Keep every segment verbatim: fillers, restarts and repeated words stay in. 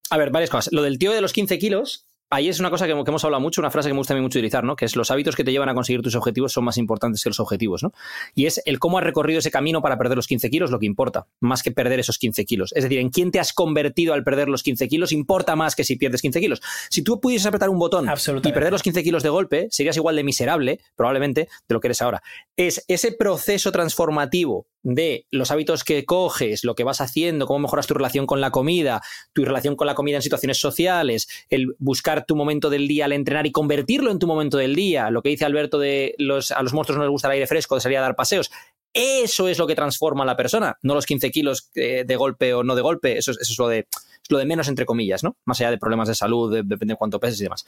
a ver, varias cosas. Lo del tío de los quince kilos, ahí es una cosa que, que hemos hablado mucho, una frase que me gusta a mí mucho utilizar, ¿no? Que es los hábitos que te llevan a conseguir tus objetivos son más importantes que los objetivos, ¿no? Y es el cómo has recorrido ese camino para perder los quince kilos lo que importa, más que perder esos quince kilos. Es decir, en quién te has convertido al perder los quince kilos importa más que si pierdes quince kilos. Si tú pudieses apretar un botón y perder los quince kilos de golpe, serías igual de miserable, probablemente, de lo que eres ahora. Es ese proceso transformativo de los hábitos que coges, lo que vas haciendo, cómo mejoras tu relación con la comida, tu relación con la comida en situaciones sociales, el buscar tu momento del día al entrenar y convertirlo en tu momento del día, lo que dice Alberto de los, a los monstruos no les gusta el aire fresco, de salir a dar paseos. Eso es lo que transforma a la persona, no los quince kilos de, de golpe o no de golpe, eso, eso es lo de, es lo de menos entre comillas, ¿no? Más allá de problemas de salud, de, depende de cuánto peses y demás.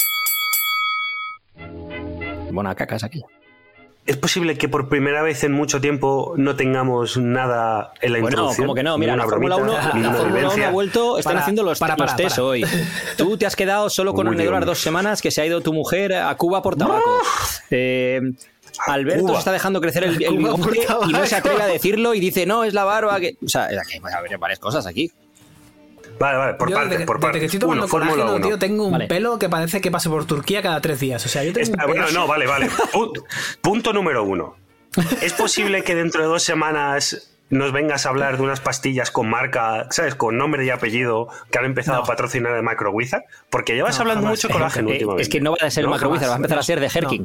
Buena caca es aquí. ¿Es posible que por primera vez en mucho tiempo no tengamos nada en la bueno, introducción? Como que no, mira, la Fórmula uno, la Fórmula uno ha vuelto, están para, haciendo los, para, para, los test para. hoy. Tú te has quedado solo con Ornedoras dos semanas, que se ha ido tu mujer a Cuba por tabaco. Eh, Alberto se está dejando crecer el, el bigote y no se atreve a decirlo y dice, no, es la barba. Que... O sea, aquí va a haber varias cosas aquí. Vale, vale, por yo parte, desde, por parte. Desde que estoy tomando uno, colágeno, tío, tengo un vale. pelo que parece que paso por Turquía cada tres días. O sea, yo tengo Espera, un pelo... bueno, no, vale, vale. Punto, punto número uno. ¿Es posible que dentro de dos semanas nos vengas a hablar de unas pastillas con marca, ¿sabes? Con nombre y apellido que han empezado no. a patrocinar de Macro Wizard? Porque llevas no, hablando mucho colágeno eh, últimamente. Es que no va a ser no, Macro Wizard, va a empezar a ser de Herking.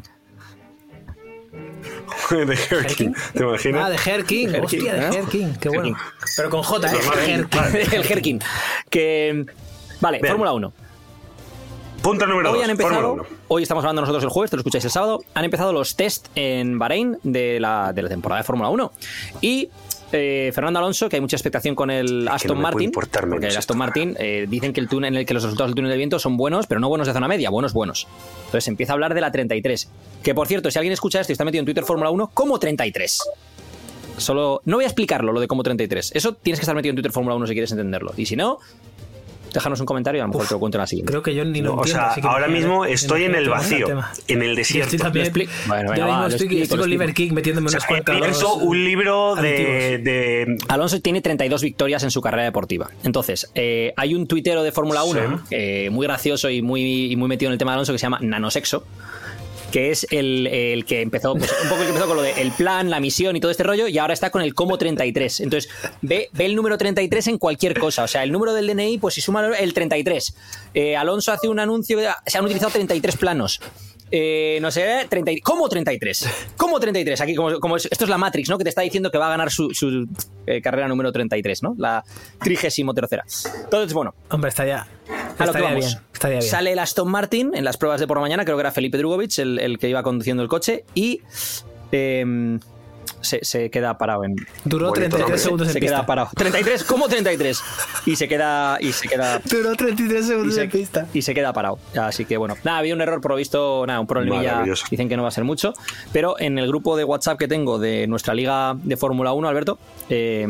No. de Herking, ¿te imaginas? Ah, de Herking, hostia, de Herking, qué bueno. Herking. Pero con J, ¿eh? Herking. El Herking. Que... Vale, Bien. Fórmula uno. Punto número hoy dos. Han empezado, hoy estamos hablando nosotros el jueves, te lo escucháis el sábado. Han empezado los test en Bahrein de la, de la temporada de Fórmula uno. Y eh, Fernando Alonso, que hay mucha expectación con el Aston no Martin. Porque el Aston Martin eh, dicen que, el túnel, en el que los resultados del túnel de viento son buenos, pero no buenos de zona media, buenos, buenos. Entonces se empieza a hablar de la treinta y tres. Que por cierto, si alguien escucha esto y está metido en Twitter Fórmula uno, ¿cómo treinta y tres? Solo, no voy a explicarlo, lo de cómo treinta y tres. Eso tienes que estar metido en Twitter Fórmula uno si quieres entenderlo. Y si no, déjanos un comentario y a lo mejor Uf, te lo cuento en la siguiente. Creo que yo ni lo no, entiendo. O sea, que ahora mismo en estoy en el vacío, en el desierto. Estoy también, expli- bueno, venga, yo va, estoy, explico, estoy con Liver King metiéndome o sea, unas cuantas. Pienso un libro de, de... Alonso tiene treinta y dos victorias en su carrera deportiva. Entonces, eh, hay un tuitero de Fórmula uno sí. eh, muy gracioso y muy, y muy metido en el tema de Alonso que se llama Nanosexo, que es el, el que empezó, pues, un poco el que empezó con lo del plan, la misión y todo este rollo, y ahora está con el como treinta y tres. Entonces, ve, ve el número treinta y tres en cualquier cosa. O sea, el número del D N I, pues si suma el treinta y tres. Eh, Alonso hace un anuncio, se han utilizado treinta y tres planos. Eh, no sé, treinta, ¿cómo treinta y tres? ¿Cómo treinta y tres? Aquí, como, como esto es la Matrix, ¿no? Que te está diciendo que va a ganar su, su eh, carrera número treinta y tres, ¿no? La trigésimo tercera. Entonces, bueno. Hombre, está ya. A lo que vamos. Bien, estaría bien. Sale el Aston Martin en las pruebas de por la mañana, creo que era Felipe Drugovich el, el que iba conduciendo el coche, y eh, se, se queda parado en... Duró treinta y tres segundos en se pista. queda parado. treinta y tres, ¿cómo treinta y tres? Y se queda... Y se queda Duró treinta y tres segundos se, en pista. Y se queda parado. Así que bueno, nada, había un error, por lo visto, nada, un problemilla, dicen que no va a ser mucho, pero en el grupo de WhatsApp que tengo de nuestra liga de Fórmula uno, Alberto, eh,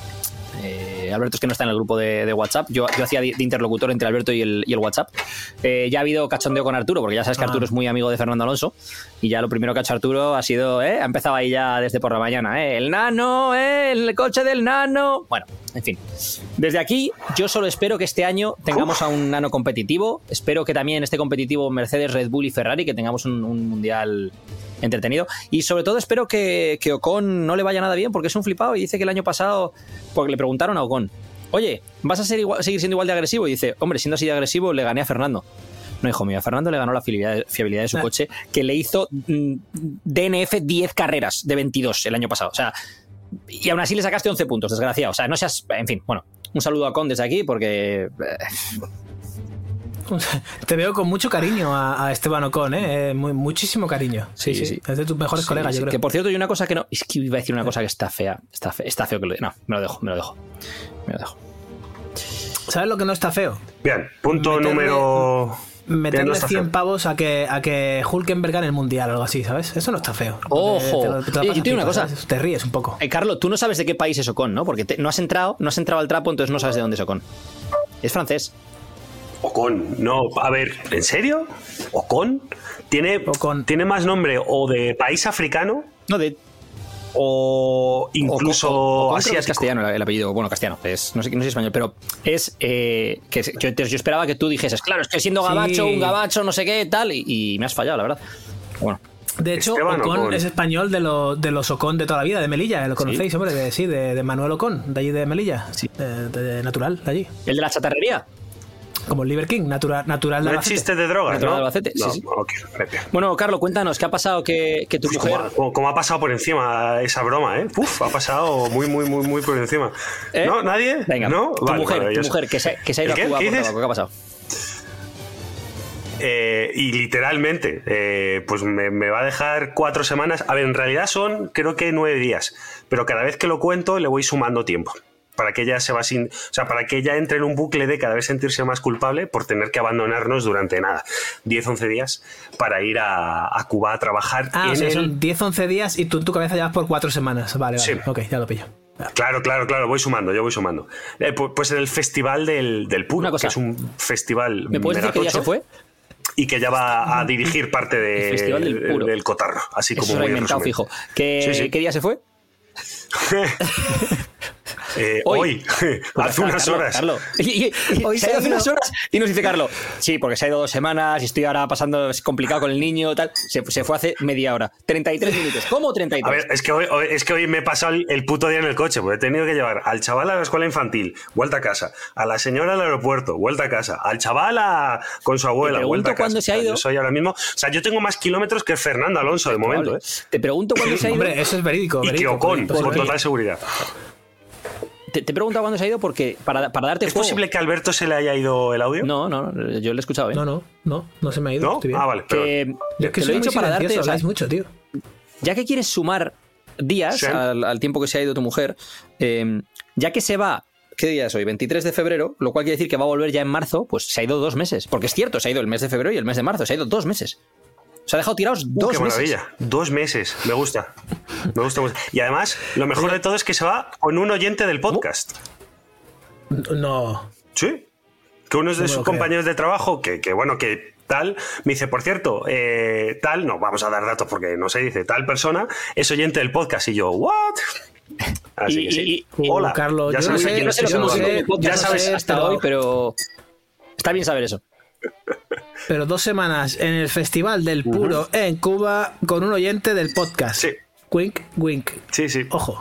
Eh, Alberto es que no está en el grupo de, de WhatsApp. Yo, yo hacía de, de interlocutor entre Alberto y el, y el WhatsApp. Eh, ya ha habido cachondeo con Arturo, porque ya sabes que ah. Arturo es muy amigo de Fernando Alonso. Y ya lo primero que ha hecho Arturo ha sido, ¿eh? Ha empezado ahí ya desde por la mañana, ¿eh? El nano, ¿eh? El coche del nano. Bueno, en fin. Desde aquí, yo solo espero que este año tengamos a un nano competitivo. Espero que también esté competitivo Mercedes, Red Bull y Ferrari, que tengamos un, un mundial entretenido. Y sobre todo espero que, que Ocon no le vaya nada bien, porque es un flipado y dice que el año pasado, porque le preguntaron a Ocon, oye, ¿vas a ser igual, seguir siendo igual de agresivo? Y dice, hombre, siendo así de agresivo le gané a Fernando. No, hijo mío, a Fernando le ganó la fiabilidad, fiabilidad de su ah. coche, que le hizo mm, D N F diez carreras de veintidós el año pasado. O sea, y aún así le sacaste once puntos, desgraciado. O sea, no seas... En fin, bueno, un saludo a Ocon desde aquí, porque... Te veo con mucho cariño a, a Esteban Ocon, ¿eh? Muy, muchísimo cariño. Sí, sí, sí. Es de tus mejores sí, colegas, sí. yo creo. Que por cierto, hay una cosa que no... Es que iba a decir una cosa que está fea. Está, fe, está feo que lo... No, me lo dejo, me lo dejo. Me lo dejo. ¿Sabes lo que no está feo? Bien, punto meterle, número... Meterle no cien feo. pavos a que, a que Hülkenberg gane el mundial o algo así, ¿sabes? Eso no está feo. ¡Ojo! Te, te lo, te lo yo tengo una cosa. ¿sabes? Te ríes un poco. Eh, Carlos, tú no sabes de qué país es Ocon, ¿no? Porque te, no has entrado, no has entrado al trapo, entonces no sabes de dónde es Ocon. Es francés. Ocon, no, a ver, ¿en serio? ¿Ocon? ¿Tiene, Ocon. ¿Tiene más nombre o de país africano? No, de... o incluso o, o, o asiático. Es castellano el apellido, bueno, castellano, es, no sé, no sé español, pero es eh, que yo, yo esperaba que tú dijeses, claro, es que siendo gabacho, sí. un gabacho, no sé qué, tal, y, y me has fallado, la verdad. Bueno. De hecho, Esteban Ocón, Ocón es español de, lo, de los Ocón de toda la vida, de Melilla, lo conocéis, ¿sí? hombre, de, sí, de, de Manuel Ocón, de allí de Melilla, sí. de, de, de natural, de allí. ¿El de la chatarrería? Como el Liver King, natural, natural de Albacete. No existe de drogas, natural ¿no? De Albacete, no, sí, sí. Okay, bueno, Carlos, cuéntanos, ¿qué ha pasado que, que tu Uf, mujer... ¿cómo, cómo ha pasado por encima esa broma, eh? Uf, ha pasado muy, muy, muy, muy por encima. ¿Eh? ¿No? ¿Nadie? Venga, ¿no? tu vale, mujer, vale, tu mujer que se, que se ha ido a Cuba por tabaco, ¿qué ha pasado? Eh, y literalmente, eh, pues me, me va a dejar cuatro semanas. A ver, en realidad son creo que nueve días, pero cada vez que lo cuento le voy sumando tiempo para que ella se va sin, o sea, para que ella entre en un bucle de cada vez sentirse más culpable por tener que abandonarnos durante nada, diez, once días para ir a, a Cuba a trabajar. Ah, en o sea, el... son diez, once días y tú en tu cabeza ya vas por cuatro semanas. Vale, vale. Sí. Ok, ya lo pillo. Claro, claro, claro, voy sumando, yo voy sumando. Eh, pues en el Festival del, del Puro, que es un festival. ¿Me puedes decir que ya se fue? Y que ya va a dirigir parte de, del, del, del Cotarro, así como Eso muy lo he inventado, fijo. ¿Qué, sí, sí. ¿Qué día se fue? Eh, hoy, hoy hace unas Carlos, horas. Carlos. Y, y, y, hoy se ha ido hace unas horas y nos dice Carlos, sí, porque se ha ido dos semanas y estoy ahora pasando, es complicado con el niño, tal. Se, se fue hace media hora, treinta y tres minutos. ¿Cómo treinta y tres? A ver, es que hoy, hoy, es que hoy me he pasado el, el puto día en el coche, porque he tenido que llevar al chaval a la escuela infantil, vuelta a casa, a la señora al aeropuerto, vuelta a casa, al chaval a, con su abuela, vuelta a casa. ¿Cuándo se ha ido? Yo soy ahora mismo, o sea, yo tengo más kilómetros que Fernando Alonso de momento, ¿eh? Te pregunto cuándo se ha ido. Hombre, eso es verídico. Y verídico, que Ocon, con total seguridad. Te, te he preguntado cuándo se ha ido porque para, para darte ¿Es fuego. posible que a Alberto se le haya ido el audio? No, no, yo lo he escuchado bien. No, no, no, no se me ha ido. ¿No? Estoy bien. Ah, vale. Que, es que te lo he dicho para darte. O sea, mucho, tío. Ya que quieres sumar días sí. al, al tiempo que se ha ido tu mujer, eh, ya que se va. ¿Qué día es hoy? veintitrés de febrero, lo cual quiere decir que va a volver ya en marzo, pues se ha ido dos meses. Porque es cierto, se ha ido el mes de febrero y el mes de marzo, se ha ido dos meses. Se ha dejado tirados uh, dos qué meses. Maravilla. Dos meses. Me gusta. Me gusta mucho. Y además, lo mejor de todo es que se va con un oyente del podcast. No. Sí. Que uno de no sus compañeros de trabajo, que, que bueno, que tal, me dice, por cierto, eh, tal, no vamos a dar datos porque no se dice, tal persona es oyente del podcast. Y yo, ¿what? Así y, que sí. Y, Hola. Carlos, ya sabes yo no sé, quién es. Yo no sé, ya sabes sé, hasta pero... hoy, pero está bien saber eso. Pero dos semanas en el Festival del Puro uh-huh. en Cuba con un oyente del podcast. Sí. Wink, wink. Sí, sí. Ojo.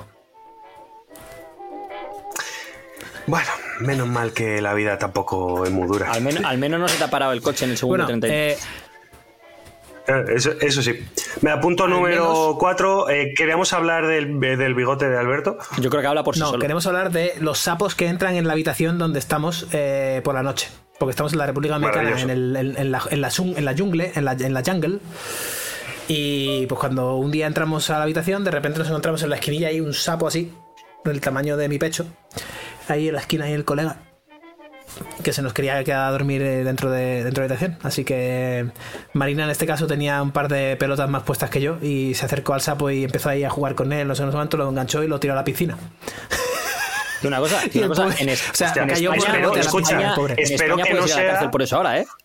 Bueno, menos mal que la vida tampoco es muy dura. Al, men- al menos no se te ha parado el coche en el segundo bueno, treinta. Eh... Eso, eso sí. Me apunto al número cuatro. Eh, queríamos hablar del, del bigote de Alberto. Yo creo que habla por sí no, solo. Queremos hablar de los sapos que entran en la habitación donde estamos eh, por la noche. Porque estamos en la República Dominicana, en, el, en, en, la, en, la, en la jungle, en la, en la jungle. Y pues cuando un día entramos a la habitación, de repente nos encontramos en la esquinilla hay un sapo así, del tamaño de mi pecho. Ahí en la esquina hay el colega que se nos quería quedar a dormir dentro de, dentro de la habitación. Así que Marina en este caso tenía un par de pelotas más puestas que yo y se acercó al sapo y empezó ahí a jugar con él. No sé, en ese momento lo enganchó y lo tiró a la piscina. De una cosa, de una cosa en, es, o sea, en cayó España, por escucha, piscina, pobre. En espero España que no puedes ir a la cárcel sea por eso ahora, ¿eh?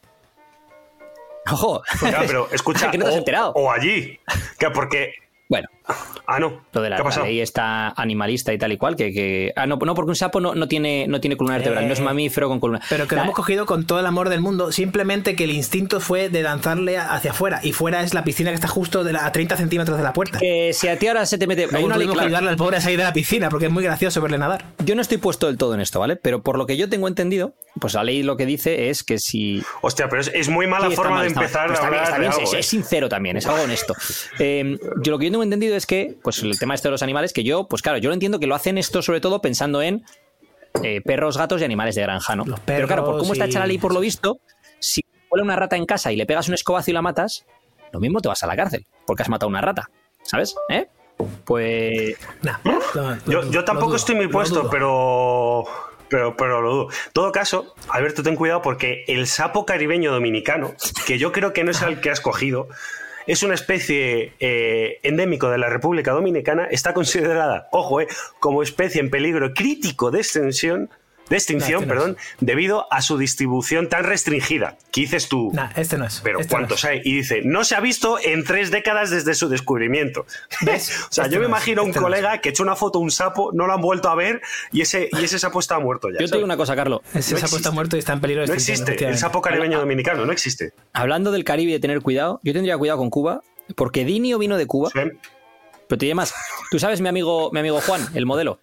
Ojo. Ya, pero escucha, que no te has o, enterado. O allí. Que porque. Bueno. Ah, no. Lo de la, la ley está animalista y tal y cual. Que, que... Ah, no, no, porque un sapo no, no, tiene, no tiene columna vertebral, eh, no es mamífero con columna. Pero que la... lo hemos cogido con todo el amor del mundo. Simplemente que el instinto fue de lanzarle hacia afuera. Y fuera es la piscina que está justo de la, a treinta centímetros de la puerta. Que si a ti ahora se te mete. Hay una ley, claro. Que ayudarle al pobre a salir de la piscina porque es muy gracioso verle nadar. Yo no estoy puesto del todo en esto, ¿vale? Pero por lo que yo tengo entendido, pues la ley lo que dice es que si. Hostia, pero es, es muy mala sí, forma mal, de empezar mal, a hablar. Está bien, está bien, algo, es, es sincero también, es algo honesto. Eh, yo lo que yo tengo entendido es que, pues el tema este de los animales, que yo, pues claro, yo lo entiendo que lo hacen esto sobre todo pensando en eh, perros, gatos y animales de granja, ¿no? Los perros, pero claro, por cómo y... está hecha la ley por lo visto, si huele una rata en casa y le pegas un escobazo y la matas, lo mismo te vas a la cárcel, porque has matado una rata, ¿sabes? ¿Eh? Pues... Nah, lo, lo, yo, yo tampoco dudo, estoy muy puesto, pero... Pero, pero lo dudo. En todo caso, Alberto, ten cuidado porque el sapo caribeño dominicano, que yo creo que no es el que has cogido, es una especie eh, endémico de la República Dominicana, está considerada, ojo, eh, como especie en peligro crítico de extinción, de extinción, no, este perdón, no es. debido a su distribución tan restringida. ¿Qué dices tú? Nah, este no es. Pero este ¿cuántos no hay? Y dice, no se ha visto en tres décadas desde su descubrimiento. ¿Ves? O sea, este yo me no imagino a un este colega no que echó una foto de un sapo, no lo han vuelto a ver y ese, y ese sapo está muerto ya. Yo te digo una cosa, Carlos. Ese no sapo existe. está muerto y está en peligro de No existe. El sapo caribeño dominicano no existe. Hablando del Caribe y de tener cuidado, yo tendría cuidado con Cuba, porque Dinio vino de Cuba. Sí. Pero te diré más. Tú sabes mi amigo, mi amigo Juan, el modelo.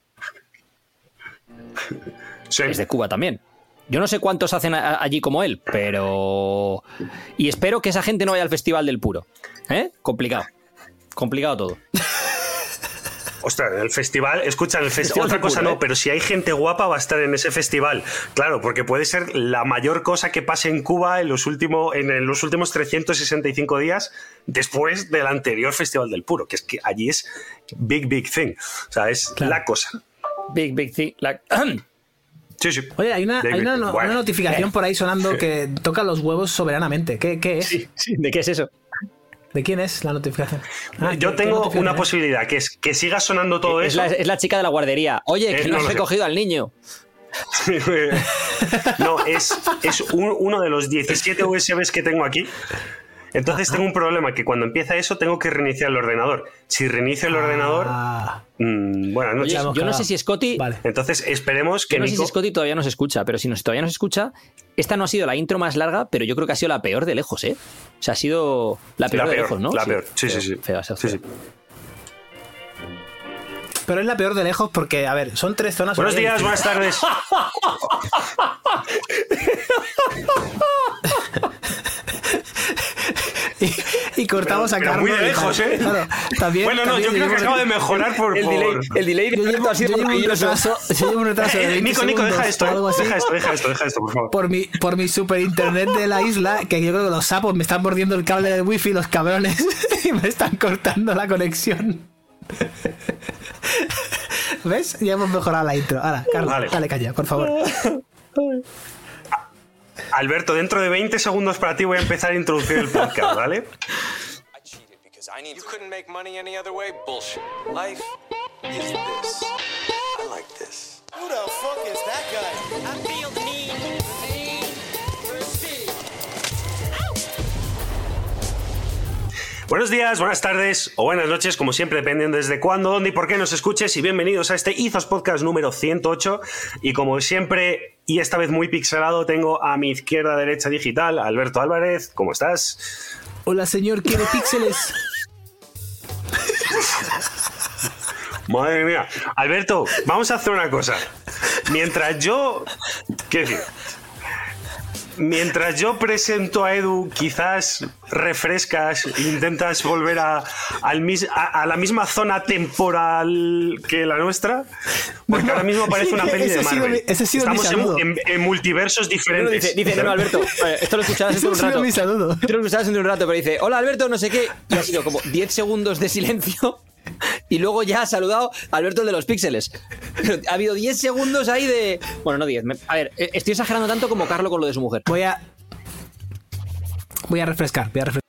Sí. Es de Cuba también. Yo no sé cuántos hacen a, allí como él, pero... Y espero que esa gente no vaya al Festival del Puro. ¿Eh? Complicado. Complicado todo. Ostras, el festival, escucha, el festival, otra cosa puro, no, ¿eh? Pero si hay gente guapa va a estar en ese festival. Claro, porque puede ser la mayor cosa que pase en Cuba en los, últimos, en los últimos trescientos sesenta y cinco días después del anterior Festival del Puro, que es que allí es big, big thing. O sea, es claro. la cosa. Big, big thing. Like... Sí, sí. Oye, hay una, hay una, no, bueno. una notificación por ahí sonando que toca los huevos soberanamente. ¿Qué, qué es? Sí, sí. ¿De qué es eso? ¿De quién es la notificación? Ah, Yo ¿qué, tengo qué una es? posibilidad, que es que siga sonando todo es eso. La, es la chica de la guardería. Oye, eh, que no, no has recogido sé. al niño. No, es, es un, uno de los diecisiete U S Bs que tengo aquí. Entonces tengo un problema, que cuando empieza eso tengo que reiniciar el ordenador. Si reinicio el ordenador... Ah. Mmm, buenas noches. Oye, yo no sé si Scotty... Vale. Entonces esperemos que yo no Nico... sé si Scotty todavía nos escucha, pero si nos, todavía nos escucha, esta no ha sido la intro más larga, pero yo creo que ha sido la peor de lejos, ¿eh? O sea, ha sido la peor, la de peor lejos, ¿no? La sí, peor, sí, feo, sí, sí. Feo, feo, sí, sí. Pero es la peor de lejos porque, a ver, son tres zonas... Buenos días, buenas tardes. y, y cortamos pero, a Carlos. Muy de lejos, ¿eh? Claro, también, bueno, no, también yo creo que acabo de mejorar por... El por... delay, el delay de llevo, ha sido maravilloso. Yo llevo un retraso de veinte Nico, Nico, segundos, deja esto, algo así, deja esto, deja esto, deja esto, por favor. Por mi, por mi super internet de la isla, que yo creo que los sapos me están mordiendo el cable del wifi, los cabrones, y me están cortando la conexión. ¿Ves? Ya hemos mejorado la intro. Ahora, Carlos, vale. Dale caña, por favor. Alberto, dentro de veinte segundos para ti voy a empezar a introducir el podcast, ¿vale? You couldn't make money any other way? Bullshit. Life is this. I like this. Who the fuck is that guy? I feel the need, the need for speed. Buenos días, buenas tardes o buenas noches, como siempre, dependiendo desde cuándo, dónde y por qué nos escuches. Y bienvenidos a este Izos Podcast número ciento ocho. Y como siempre, y esta vez muy pixelado, tengo a mi izquierda, derecha digital, Alberto Álvarez. ¿Cómo estás? Hola, señor, ¿quiere píxeles? Madre mía. Alberto, vamos a hacer una cosa. Mientras yo... ¿Qué decir? Mientras yo presento a Edu, quizás refrescas, intentas volver a, al mis, a, a la misma zona temporal que la nuestra, porque no, ahora mismo parece una peli de Marvel. Ese ha sido Estamos en, en, en multiversos diferentes. No, dice, dice, no, no, Alberto, esto lo escuchabas dentro de un rato. Mi saludo. Esto lo escuchabas dentro de un rato, pero dice, hola Alberto, no sé qué, y ha sido como diez segundos de silencio. Y luego ya ha saludado a Alberto el de los píxeles. Pero ha habido diez segundos ahí de... Bueno, no diez. A ver, estoy exagerando tanto como Carlos con lo de su mujer. Voy a... Voy a refrescar, voy a refrescar.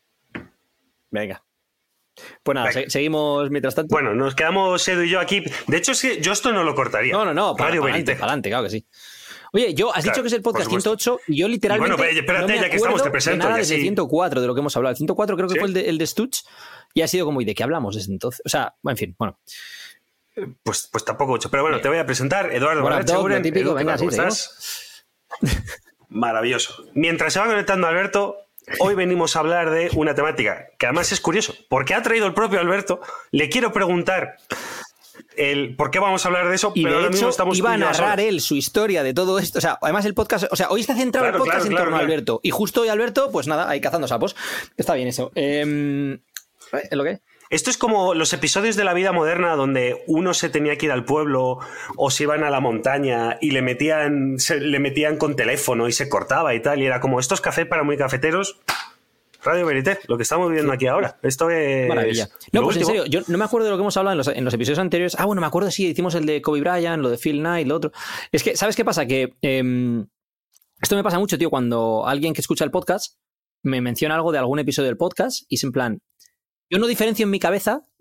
Venga. Pues nada, se seguimos mientras tanto. Bueno, nos quedamos Edu y yo aquí. De hecho, es que yo esto no lo cortaría. No, no, no. Para, Radio para adelante, para adelante, claro que sí. Oye, yo has claro, dicho que es el podcast ciento ocho y yo literalmente... Y bueno, espérate, no me ya que estamos, te presento. De nada ya desde sí. el ciento cuatro de lo que hemos hablado. El ciento cuatro creo que ¿Sí? fue el de, el de Stutz y ha sido como, ¿y de qué hablamos desde entonces? O sea, en fin, bueno. Pues, pues tampoco mucho. Pero bueno, te voy a presentar. Eduardo bueno, Barracheguren. Típico, Edu, venga, sí, estás? Maravilloso. Mientras se va conectando Alberto, hoy venimos a hablar de una temática que además es curioso, porque ha traído el propio Alberto. Le quiero preguntar el por qué vamos a hablar de eso, y pero de ahora hecho mismo estamos iba a narrar solos. él su historia de todo esto. O sea, además el podcast, o sea, hoy está centrado claro, el podcast claro, en claro, torno claro. a Alberto. Y justo hoy Alberto, pues nada, ahí cazando sapos. Está bien eso. Eh, ¿Es lo que? Esto es como los episodios de la vida moderna donde uno se tenía que ir al pueblo o se iban a la montaña y le metían, se, le metían con teléfono y se cortaba y tal. Y era como estos cafés para muy cafeteros. Radio Verité, lo que estamos viviendo aquí ahora. Esto es... Maravilla. No, pues último. en serio, yo no me acuerdo de lo que hemos hablado en los, en los episodios anteriores. Ah, bueno, me acuerdo, sí, hicimos el de Kobe Bryant, lo de Phil Knight, lo otro. Es que, ¿sabes qué pasa? Que eh, esto me pasa mucho, tío, cuando alguien que escucha el podcast me menciona algo de algún episodio del podcast y es en plan... Yo no diferencio en mi cabeza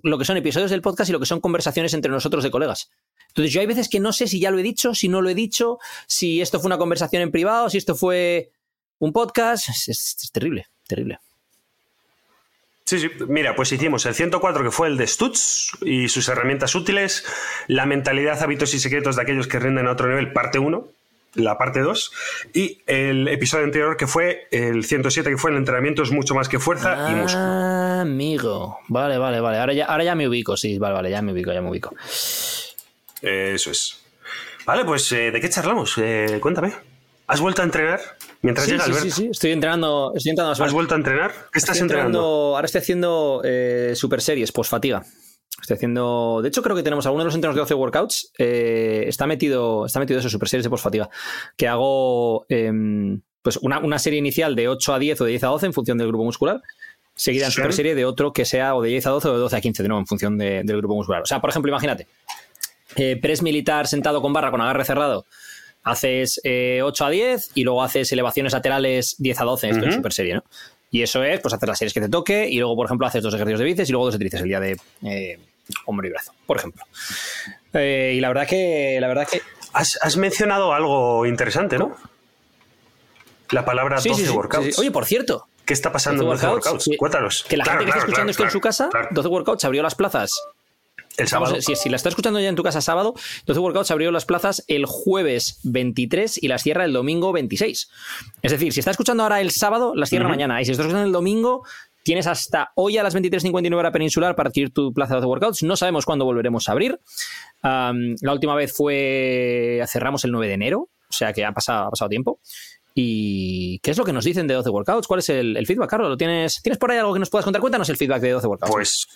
lo que son episodios del podcast y lo que son conversaciones entre nosotros de colegas. Entonces yo hay veces que no sé si ya lo he dicho, si no lo he dicho, si esto fue una conversación en privado, si esto fue un podcast. Es, es, es terrible, terrible. Sí, sí. Mira, pues hicimos el ciento cuatro, que fue el de Stutz y sus herramientas útiles, la mentalidad, hábitos y secretos de aquellos que rinden a otro nivel, parte uno, la parte dos, y el episodio anterior, que fue el ciento siete, que fue el entrenamiento es mucho más que fuerza ah, y músculo. Ah, amigo. Vale, vale, vale. Ahora ya, ahora ya me ubico, sí, vale, vale, ya me ubico, ya me ubico. Eso es. Vale, pues eh, ¿de qué charlamos? Eh, cuéntame. ¿Has vuelto a entrenar? Mientras sí, llega sí, Alberto. Sí, sí, estoy entrenando. Estoy entrenando ¿Has vuelto a entrenar? ¿Qué estás estoy entrenando? Ahora estoy haciendo eh, super series, post fatiga. Estoy haciendo. De hecho, creo que tenemos alguno de los entrenos de doce workouts. Eh, está metido. Está metido eso, super series de post fatiga. Que hago eh, pues una, una serie inicial de ocho a diez o de diez a doce en función del grupo muscular. Seguida en sí. super serie de otro que sea o de diez a doce o de doce a quince, de nuevo, en función de, del grupo muscular. O sea, por ejemplo, imagínate. Eh, press militar sentado con barra con agarre cerrado. Haces eh, ocho a diez y luego haces elevaciones laterales diez a doce, esto uh-huh. es super serie, ¿no? Y eso es, pues hacer las series que te toque y luego, por ejemplo, haces dos ejercicios de bíceps y luego dos de tríceps el día de eh, hombro y brazo, por ejemplo. Eh, y la verdad que... La verdad que... Has, has mencionado algo interesante, ¿no? La palabra sí, doce sí, sí, workouts. Sí, sí. Oye, por cierto. ¿Qué está pasando en doce workouts? Sí. Cuéntanos. Que la claro, gente que claro, está escuchando claro, esto claro, en su casa, claro. doce workouts abrió las plazas. El sábado. Si, si la está escuchando ya en tu casa sábado, doce workouts abrió las plazas el jueves veintitrés y las cierra el domingo veintiséis. Es decir, si está escuchando ahora el sábado, las cierra uh-huh. mañana. Y si estás escuchando el domingo, tienes hasta hoy a las veintitrés cincuenta y nueve hora peninsular para adquirir tu plaza de doce workouts. No sabemos cuándo volveremos a abrir. Um, la última vez fue... Cerramos el nueve de enero, o sea que ha pasado, ha pasado tiempo. ¿Y qué es lo que nos dicen de doce workouts? ¿Cuál es el, el feedback, Carlos? ¿Lo tienes, ¿Tienes por ahí algo que nos puedas contar? Cuéntanos el feedback de doce workouts. Pues...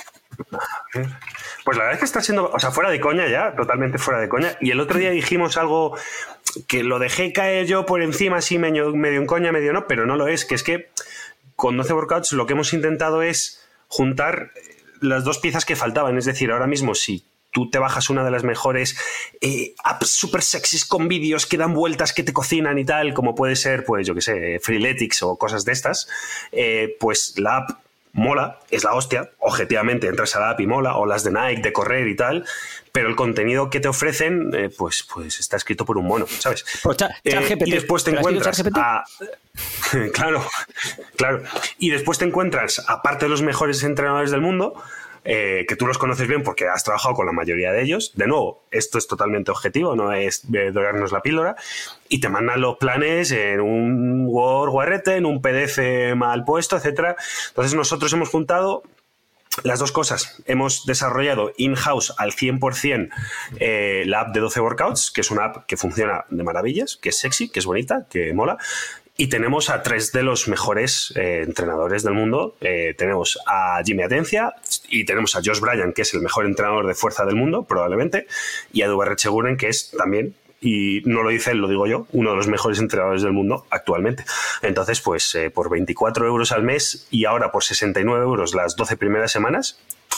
Pues la verdad es que está siendo, o sea, fuera de coña ya, totalmente fuera de coña. Y el otro día dijimos algo que lo dejé caer yo por encima, así medio, medio en coña, medio no, pero no lo es, que es que con doce workouts lo que hemos intentado es juntar las dos piezas que faltaban. Es decir, ahora mismo si tú te bajas una de las mejores eh, apps super sexys con vídeos que dan vueltas, que te cocinan y tal, como puede ser, pues yo qué sé, Freeletics o cosas de estas, eh, pues la app mola, es la hostia, objetivamente entras a la app y mola, o las de Nike, de correr y tal, pero el contenido que te ofrecen, eh, pues, pues está escrito por un mono, ¿sabes? Pues cha, cha, eh, y después te encuentras a... claro, claro. Y después te encuentras, aparte de los mejores entrenadores del mundo, eh, que tú los conoces bien porque has trabajado con la mayoría de ellos. De nuevo, esto es totalmente objetivo, no es eh, dorarnos la píldora. Y te mandan los planes en un Word guarrete, en un P D F mal puesto, etcétera. Entonces nosotros hemos juntado las dos cosas. Hemos desarrollado in-house al cien por ciento eh, la app de doce workouts, que es una app que funciona de maravillas, que es sexy, que es bonita, que mola. Y tenemos a tres de los mejores eh, entrenadores del mundo. Eh, tenemos a Jimmy Atencia y tenemos a Josh Bryan, que es el mejor entrenador de fuerza del mundo, probablemente, y a Duber Recheguren, que es también, y no lo dice él, lo digo yo, uno de los mejores entrenadores del mundo actualmente. Entonces, pues eh, por veinticuatro euros al mes y ahora por sesenta y nueve euros las doce primeras semanas,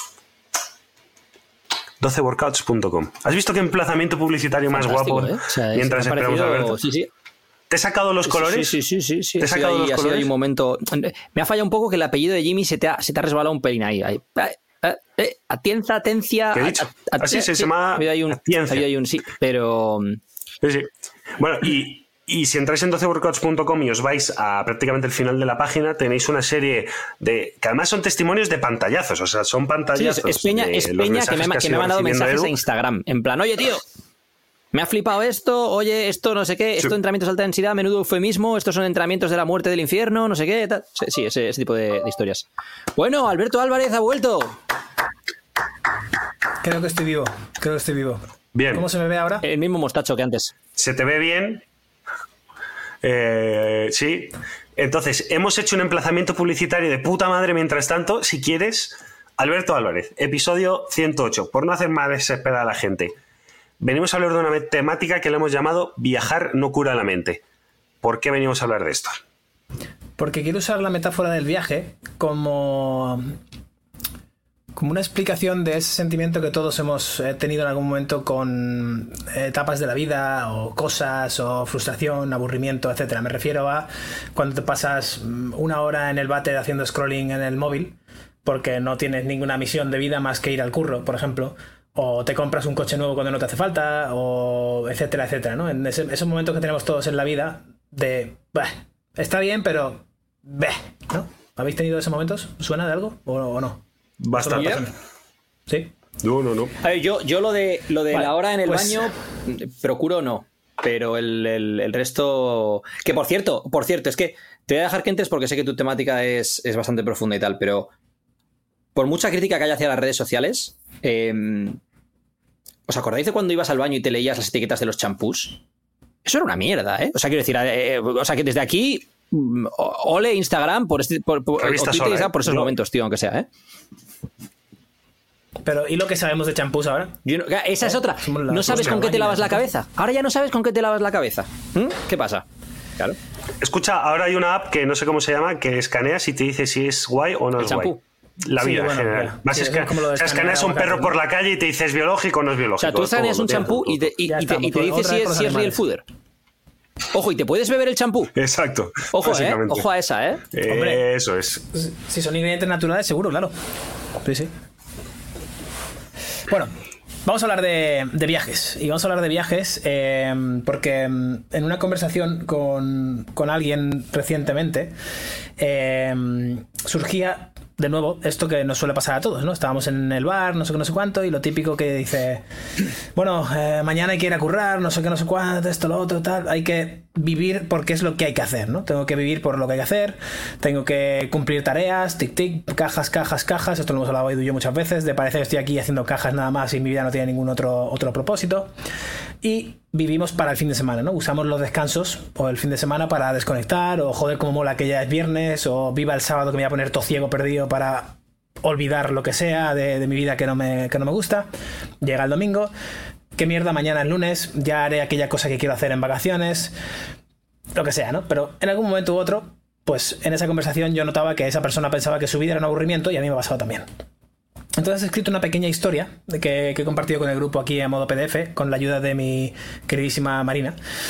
doce workouts punto com. ¿Has visto qué emplazamiento publicitario más guapo? ¿eh? O sea, mientras esperamos a ver. Sí, sí. ¿Te he sacado los colores? Sí, sí, sí, sí. ¿Te he sacado ahí, los ha colores? Sido ahí un momento. Me ha fallado un poco que el apellido de Jimmy se te ha, se te ha resbalado un pelín ahí. ahí. Eh, Atienza, Atencia. ¿Qué he dicho? A, a, Así se sí, llama hay un, Atienza. Hay un sí, pero... Sí, sí. Bueno, y, y si entráis en doce workouts punto com y os vais a prácticamente el final de la página, tenéis una serie de... que además son testimonios de pantallazos, o sea, son pantallazos. Sí, es Peña, es Peña que me, que, que me ha mandado mensajes a Instagram, en plan, oye, tío... Me ha flipado esto, oye, esto no sé qué, esto sí. Entrenamientos de alta densidad, menudo eufemismo, estos son entrenamientos de la muerte del infierno, no sé qué, tal. Sí, ese, ese tipo de, de historias. Bueno, Alberto Álvarez ha vuelto. Creo que estoy vivo, creo que estoy vivo. Bien. ¿Cómo se me ve ahora? El mismo mostacho que antes. ¿Se te ve bien? Eh, sí. Entonces, hemos hecho un emplazamiento publicitario de puta madre mientras tanto. Si quieres, Alberto Álvarez, episodio ciento ocho, por no hacer más desesperada a la gente. Venimos a hablar de una temática que le hemos llamado viajar no cura la mente. ¿Por qué venimos a hablar de esto? Porque quiero usar la metáfora del viaje como, como una explicación de ese sentimiento que todos hemos tenido en algún momento con etapas de la vida o cosas o frustración, aburrimiento, etcétera. Me refiero a cuando te pasas una hora en el váter haciendo scrolling en el móvil porque no tienes ninguna misión de vida más que ir al curro, por ejemplo, o te compras un coche nuevo cuando no te hace falta, o etcétera, etcétera, ¿no? En ese, esos momentos que tenemos todos en la vida de, bah, está bien, pero, bah, ¿no? ¿Habéis tenido esos momentos? ¿Suena de algo o, o no? Bastante. ¿Sí? No, no, no. A ver, yo, yo lo de, lo de vale, la hora en el pues... baño procuro no, pero el, el, el resto... Que por cierto, por cierto, es que te voy a dejar que entres porque sé que tu temática es, es bastante profunda y tal, pero por mucha crítica que haya hacia las redes sociales... Eh, ¿os acordáis de cuando ibas al baño y te leías las etiquetas de los champús? Eso era una mierda, ¿eh? O sea, quiero decir, eh, o sea, que desde aquí, ole Instagram por, este, por, por, Twitter, sola, ¿eh? Por esos Yo... momentos, tío, aunque sea, ¿eh? Pero, ¿y lo que sabemos de champús ahora? Yo no, esa es otra. ¿No sabes con qué te lavas la cabeza? Ahora ya no sabes con qué te lavas la cabeza. ¿Mm? ¿Qué pasa? Claro. Escucha, ahora hay una app que no sé cómo se llama, que escaneas y te dice si es guay o no el es champú. guay. La sí, vida bueno, en general. Vas sí, esca escaneas, escaneas un perro por la calle y te dices biológico o no es biológico. O sea, tú escaneas un champú y te, y, y te, y te dice si es, si es real fooder. Ojo, y te puedes beber el champú. Exacto. Ojo, eh. Ojo a esa, ¿eh? eh Hombre, eso es. Si son ingredientes naturales, seguro, claro. Sí, sí. Bueno, vamos a hablar de, de viajes. Y vamos a hablar de viajes eh, porque en una conversación con, con alguien recientemente eh, surgía de nuevo esto que nos suele pasar a todos, ¿no? Estábamos en el bar, no sé qué, no sé cuánto, y lo típico que dice, bueno, eh, mañana hay que ir a currar, no sé qué, no sé cuánto, esto, lo otro, tal. Hay que vivir porque es lo que hay que hacer, ¿no? Tengo que vivir por lo que hay que hacer, tengo que cumplir tareas, tic, tic, cajas, cajas, cajas. Esto lo hemos hablado Edu y yo muchas veces, de parece que estoy aquí haciendo cajas nada más y mi vida no tiene ningún otro, otro propósito. Y vivimos para el fin de semana, ¿no? Usamos los descansos o el fin de semana para desconectar, o joder, como mola que ya es viernes, o viva el sábado que me voy a poner todo ciego perdido para olvidar lo que sea de, de mi vida que no, me, que no me gusta. Llega el domingo, qué mierda, mañana es lunes, ya haré aquella cosa que quiero hacer en vacaciones, lo que sea, ¿no? Pero en algún momento u otro, pues en esa conversación yo notaba que esa persona pensaba que su vida era un aburrimiento, y a mí me ha pasado también. Entonces he escrito una pequeña historia que, que he compartido con el grupo aquí en modo P D F con la ayuda de mi queridísima Marina.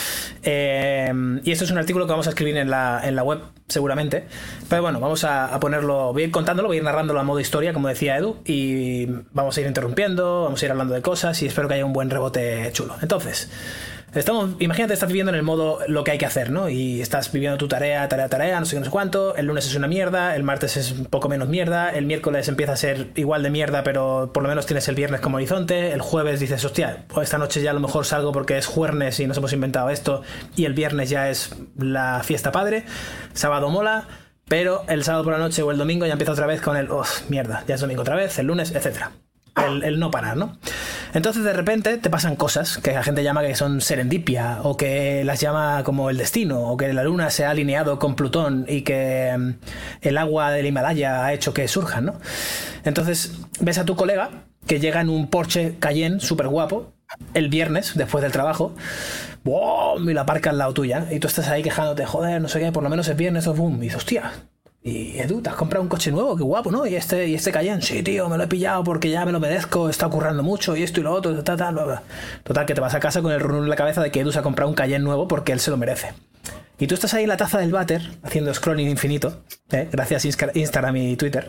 Eh, y esto es un artículo que vamos a escribir en la, en la web seguramente. Pero bueno, vamos a, a ponerlo, voy a ir contándolo, voy a ir narrándolo a modo historia, como decía Edu, y vamos a ir interrumpiendo, vamos a ir hablando de cosas y espero que haya un buen rebote chulo. Entonces... Estamos, imagínate, estás viviendo en el modo lo que hay que hacer, ¿no? Y estás viviendo tu tarea, tarea, tarea, no sé qué, no sé cuánto. El lunes es una mierda, el martes es un poco menos mierda, el miércoles empieza a ser igual de mierda, pero por lo menos tienes el viernes como horizonte. El jueves dices, hostia, esta noche ya a lo mejor salgo porque es jueves y nos hemos inventado esto, y el viernes ya es la fiesta padre. Sábado mola, pero el sábado por la noche o el domingo ya empieza otra vez con el, oh, mierda, ya es domingo otra vez, el lunes, etcétera. El, el no parar, ¿no? Entonces de repente te pasan cosas que la gente llama que son serendipia, o que las llama como el destino, o que la luna se ha alineado con Plutón y que um, el agua del Himalaya ha hecho que surjan, ¿no? Entonces ves a tu colega que llega en un Porsche Cayenne súper guapo el viernes después del trabajo, ¡wow! Y la aparca al lado tuya, y tú estás ahí quejándote, joder, no sé qué, por lo menos es viernes, o boom, y dices, hostia. Y Edu, te has comprado un coche nuevo, qué guapo, ¿no? Y este, y este Cayenne, sí, tío, me lo he pillado porque ya me lo merezco, está ocurriendo mucho y esto y lo otro, tal, tal, tal. Total, que te vas a casa con el run en la cabeza de que Edu se ha comprado un Cayenne nuevo porque él se lo merece. Y tú estás ahí en la taza del váter, haciendo scrolling infinito, ¿eh? Gracias a Instagram y Twitter.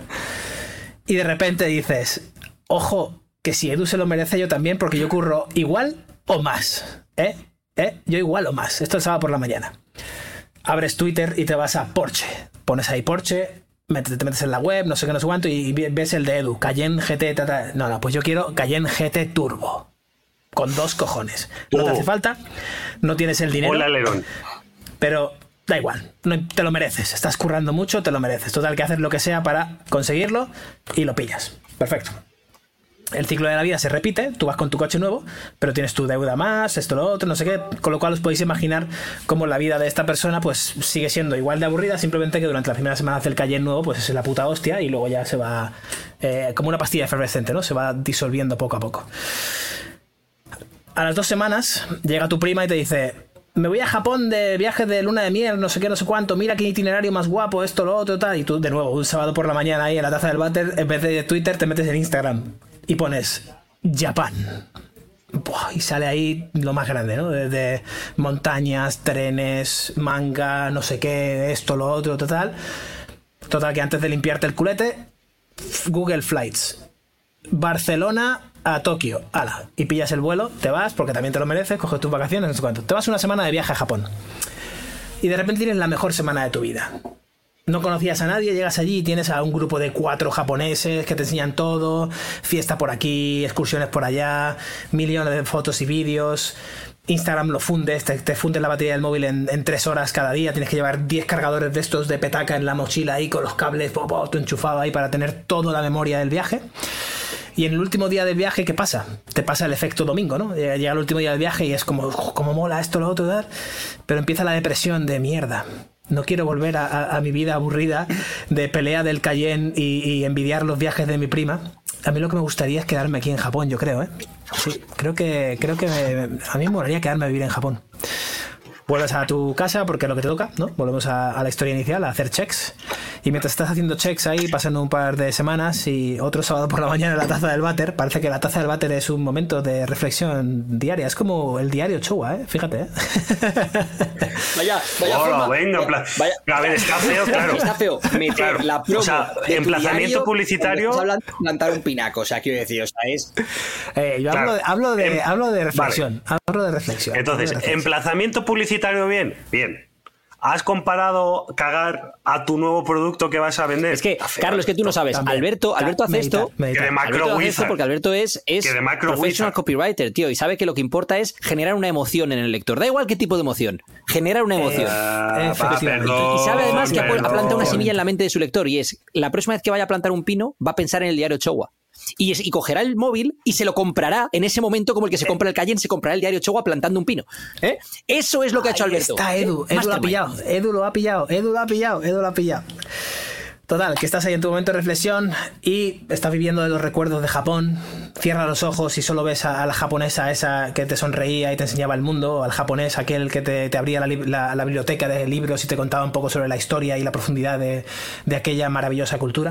Y de repente dices, ojo, que si Edu se lo merece, yo también, porque yo curro igual o más, ¿eh? ¿Eh? Yo igual o más. Esto es el sábado por la mañana. Abres Twitter y te vas a Porsche. Pones ahí Porsche, te metes en la web, no sé qué, no sé cuánto, y ves el de Edu, Cayenne G T, tata. No, no, pues yo quiero Cayenne G T Turbo. Con dos cojones. No oh. te hace falta, no tienes el dinero. Hola, alerón. Pero da igual, no, te lo mereces. Estás currando mucho, te lo mereces. Total, que haces lo que sea para conseguirlo y lo pillas. Perfecto. El ciclo de la vida se repite, tú vas con tu coche nuevo, pero tienes tu deuda más, esto, lo otro, no sé qué, con lo cual os podéis imaginar cómo la vida de esta persona pues sigue siendo igual de aburrida, simplemente que durante la primera semana hace el Cayenne nuevo, pues es la puta hostia, y luego ya se va eh, como una pastilla efervescente, ¿no? Se va disolviendo poco a poco. A las dos semanas llega tu prima y te dice, me voy a Japón de viaje de luna de miel, no sé qué, no sé cuánto, mira qué itinerario más guapo, esto, lo otro, tal, y tú de nuevo, un sábado por la mañana ahí en la taza del váter, en vez de Twitter te metes en Instagram y pones Japón. Buah, y sale ahí lo más grande, ¿no? Desde montañas, trenes, manga, no sé qué, esto, lo otro, total. Total, que antes de limpiarte el culete, Google Flights. Barcelona a Tokio. Ala. Y pillas el vuelo, te vas, porque también te lo mereces, coges tus vacaciones, no sé cuánto. Te vas una semana de viaje a Japón. Y de repente tienes la mejor semana de tu vida. No conocías a nadie, llegas allí y tienes a un grupo de cuatro japoneses que te enseñan todo, fiesta por aquí, excursiones por allá, millones de fotos y vídeos. Instagram lo fundes, te, te fundes la batería del móvil en, en tres horas cada día, tienes que llevar diez cargadores de estos de petaca en la mochila ahí con los cables, po, po, todo enchufado ahí para tener toda la memoria del viaje. Y en el último día del viaje, ¿qué pasa? Te pasa el efecto domingo, ¿no? Llega el último día del viaje y es como, oh, como mola esto, lo otro, tal. Pero empieza la depresión de mierda. No quiero volver a, a, a mi vida aburrida de pelea del Cayenne y, y envidiar los viajes de mi prima. A mí lo que me gustaría es quedarme aquí en Japón, yo creo, ¿eh? Sí, creo que, creo que me, a mí me molaría quedarme a vivir en Japón. Vuelves a tu casa porque es lo que te toca, ¿no? Volvemos a, a la historia inicial, a hacer checks. Y mientras estás haciendo checks ahí, pasando un par de semanas y otro sábado por la mañana en la taza del váter, parece que la taza del váter es un momento de reflexión diaria. Es como el diario Showa, ¿eh? Fíjate, ¿eh? Vaya, vaya Hola, forma. venga, vaya, vaya, a ver, está feo, claro. Está feo. Meter claro. la promo, o sea, de emplazamiento diario, publicitario. Estás hablando de plantar un pinaco, o sea, quiero decir, o sea, es. Eh, yo claro. hablo, de, hablo, de, em, hablo de reflexión. Vale. Hablo de reflexión. Entonces, de reflexión. emplazamiento publicitario bien, bien. ¿Has comparado cagar a tu nuevo producto que vas a vender? Es que, Hace Carlos, es que tú no sabes. También. Alberto, Alberto hace Medita, esto. medita. Que de macro Alberto hace wizard. esto porque Alberto es, es Que de macro professional wizard. copywriter, tío, y sabe que lo que importa es generar una emoción en el lector. Da igual qué tipo de emoción. Generar una emoción. Ah, Efectivamente. perdón, Y sabe además que ha, perdón. ha plantado una semilla en la mente de su lector y es, la próxima vez que vaya a plantar un pino, va a pensar en el diario Showa. Y, es, y cogerá el móvil y se lo comprará en ese momento como el que se compra el Cayenne, se comprará el diario Showa plantando un pino. ¿Eh? Eso es lo que ha hecho Ahí Alberto. está Edu, ¿Eh? Edu lo ha Mastermind. pillado, Edu lo ha pillado, Edu lo ha pillado, Edu lo ha pillado. Total, que estás ahí en tu momento de reflexión y estás viviendo de los recuerdos de Japón. Cierra los ojos y solo ves a, a la japonesa esa que te sonreía y te enseñaba el mundo, o al japonés aquel que te, te abría la, la, la biblioteca de libros y te contaba un poco sobre la historia y la profundidad de, de aquella maravillosa cultura.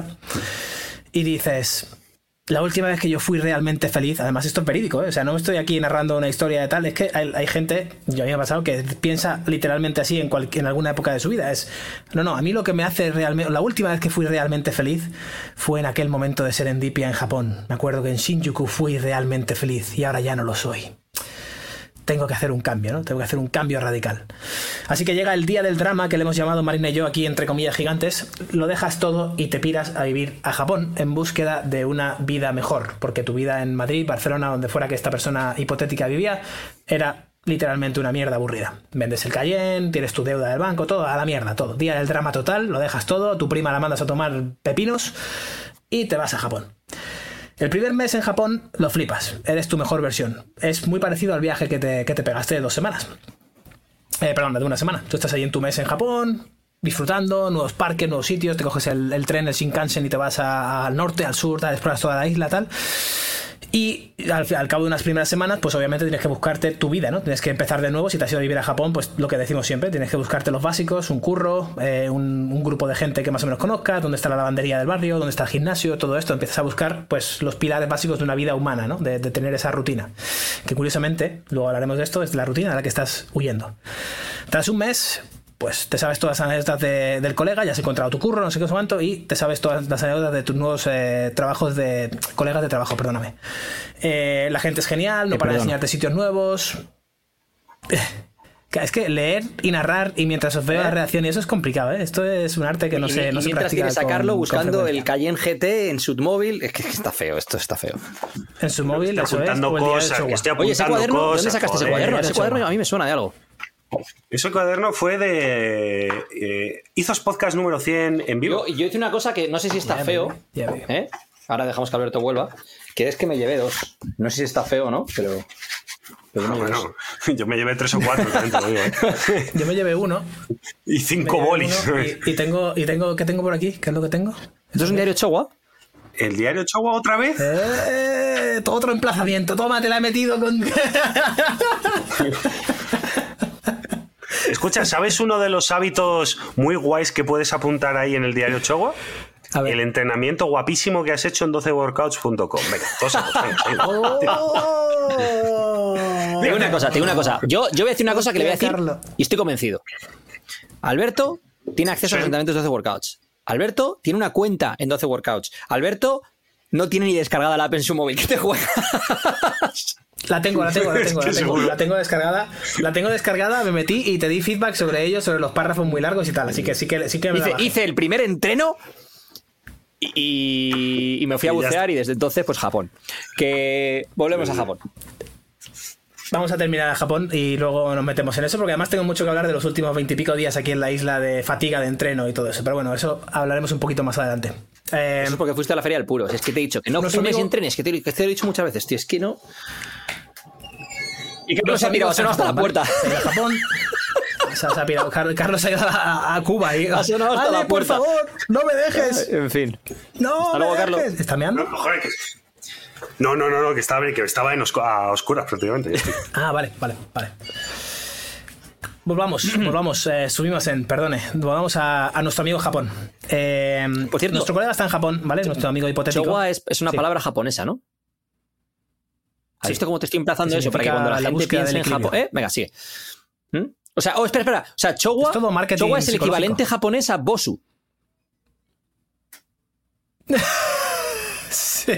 Y dices... La última vez que yo fui realmente feliz, además esto es verídico, ¿eh? O sea, no me estoy aquí narrando una historia de tal, es que hay, hay gente, yo a mí me ha pasado, que piensa literalmente así en, cual, en alguna época de su vida. Es, no, no, a mí lo que me hace realmente, la última vez que fui realmente feliz fue en aquel momento de serendipia en Japón. Me acuerdo que en Shinjuku fui realmente feliz y ahora ya no lo soy. Tengo que hacer un cambio, ¿no? Tengo que hacer un cambio radical. Así que llega el día del drama que le hemos llamado Marina y yo aquí entre comillas gigantes. Lo dejas todo y te piras a vivir a Japón en búsqueda de una vida mejor. Porque tu vida en Madrid, Barcelona, donde fuera que esta persona hipotética vivía, era literalmente una mierda aburrida. Vendes el Cayenne, tienes tu deuda del banco, todo a la mierda, todo. Día del drama total, lo dejas todo, tu prima la mandas a tomar pepinos y te vas a Japón. El primer mes en Japón lo flipas, eres tu mejor versión. Es muy parecido al viaje que te, que te pegaste de dos semanas. Eh, perdón, de una semana. Tú estás ahí en tu mes en Japón, disfrutando, nuevos parques, nuevos sitios, te coges el, el tren, el Shinkansen y te vas a, al norte, al sur, tal, exploras toda la isla, tal. Y al, al cabo de unas primeras semanas, pues obviamente tienes que buscarte tu vida, ¿no? Tienes que empezar de nuevo. Si te has ido a vivir a Japón, pues lo que decimos siempre, tienes que buscarte los básicos, un curro, eh, un, un grupo de gente que más o menos conozcas, dónde está la lavandería del barrio, dónde está el gimnasio, todo esto. Empiezas a buscar, pues, los pilares básicos de una vida humana, ¿no? De, de tener esa rutina. Que curiosamente, luego hablaremos de esto, es la rutina de la que estás huyendo. Tras un mes... pues te sabes todas las anécdotas de, del colega, ya has encontrado tu curro, no sé qué cuánto, y te sabes todas las anécdotas de tus nuevos eh, trabajos de colegas de trabajo, perdóname. Eh, la gente es genial, no para de enseñarte sitios nuevos. Es que leer y narrar y mientras os veo ¿Eh? la reacción y eso es complicado, ¿eh? Esto es un arte que no, y, se, no y se mientras practica. Mientras quiere sacarlo con, buscando con el Cayenne G T en su móvil, es que está feo, esto está feo. En su móvil, eso es. Cosas, que estoy Oye, ese cuaderno, cosas, ¿de dónde sacaste joder, ese cuaderno? Ese hecho. cuaderno a mí me suena de algo. Ese cuaderno fue de eh, Izos Podcast número cien en vivo. Yo, yo hice una cosa que no sé si está Ya feo, veo, ya veo. ¿eh? Ahora dejamos que Alberto vuelva, que es que me llevé dos. No sé si está feo o no, pero... pero Ah, me llevé bueno, dos. yo me llevé tres o cuatro, también te lo digo, ¿eh? Yo me llevé uno. Y cinco me llevé bolis. uno y, y tengo, y tengo, ¿qué tengo por aquí? ¿Qué es lo que tengo? ¿Esto es un diario Showa? ¿El diario Showa otra vez? Eh, otro emplazamiento. Toma, te la he metido con... Escucha, ¿sabes uno de los hábitos muy guays que puedes apuntar ahí en el diario Showa? A ver. El entrenamiento guapísimo que has hecho en doce workouts punto com. Venga, todos a venga, venga. Oh. Te digo una cosa, te digo una cosa. Yo, yo voy a decir una cosa que le voy a decir Carlos. y estoy convencido. Alberto tiene acceso Sí. a los entrenamientos de doce workouts. Alberto tiene una cuenta en doce Workouts. Alberto no tiene ni descargada la app en su móvil. ¿Qué te juegas? La tengo, la tengo, la tengo, la tengo, la tengo descargada. La tengo descargada, me metí y te di feedback sobre ello, sobre los párrafos muy largos y tal. Así que sí que, sí que me hice, hice el primer entreno y, y me fui a bucear y desde entonces, pues Japón. Que volvemos a Japón. Vamos a terminar a Japón y luego nos metemos en eso, porque además tengo mucho que hablar de los últimos veintipico días aquí en la isla, de fatiga de entreno y todo eso. Pero bueno, eso hablaremos un poquito más adelante. Eh, eso es porque fuiste a la Feria del Puro. Es que te he dicho que no fumes amigo... y entrenes, que te, que te lo he dicho muchas veces, tío. Es que no. Y Carlos se ha pirado, se nos hasta la puerta. Se ha ido a Japón. Se ha pirado. Carlos se ha ido a, a Cuba. Y, ha sonado hasta la por favor, no me dejes. En fin. No, hasta luego, me Carlos. Dejes. ¿Está meando? No, joder, que... No, no, no, no, que estaba, que estaba en oscu- a oscuras prácticamente. Ah, vale, vale, vale. Volvamos, volvamos, eh, subimos en, perdone, volvamos a, a nuestro amigo Japón. Eh, Por cierto, nuestro colega está en Japón, ¿vale? Nuestro amigo hipotético. Chowa es, es una sí. palabra japonesa, ¿no? ¿Has sí. visto cómo te estoy emplazando eso? Para que cuando la, la gente piense en Japón... ¿Eh? Venga, sigue. ¿Mm? O sea, oh, espera, espera. O sea, Chowa es, Chowa es el equivalente japonés a Bosu. Sí.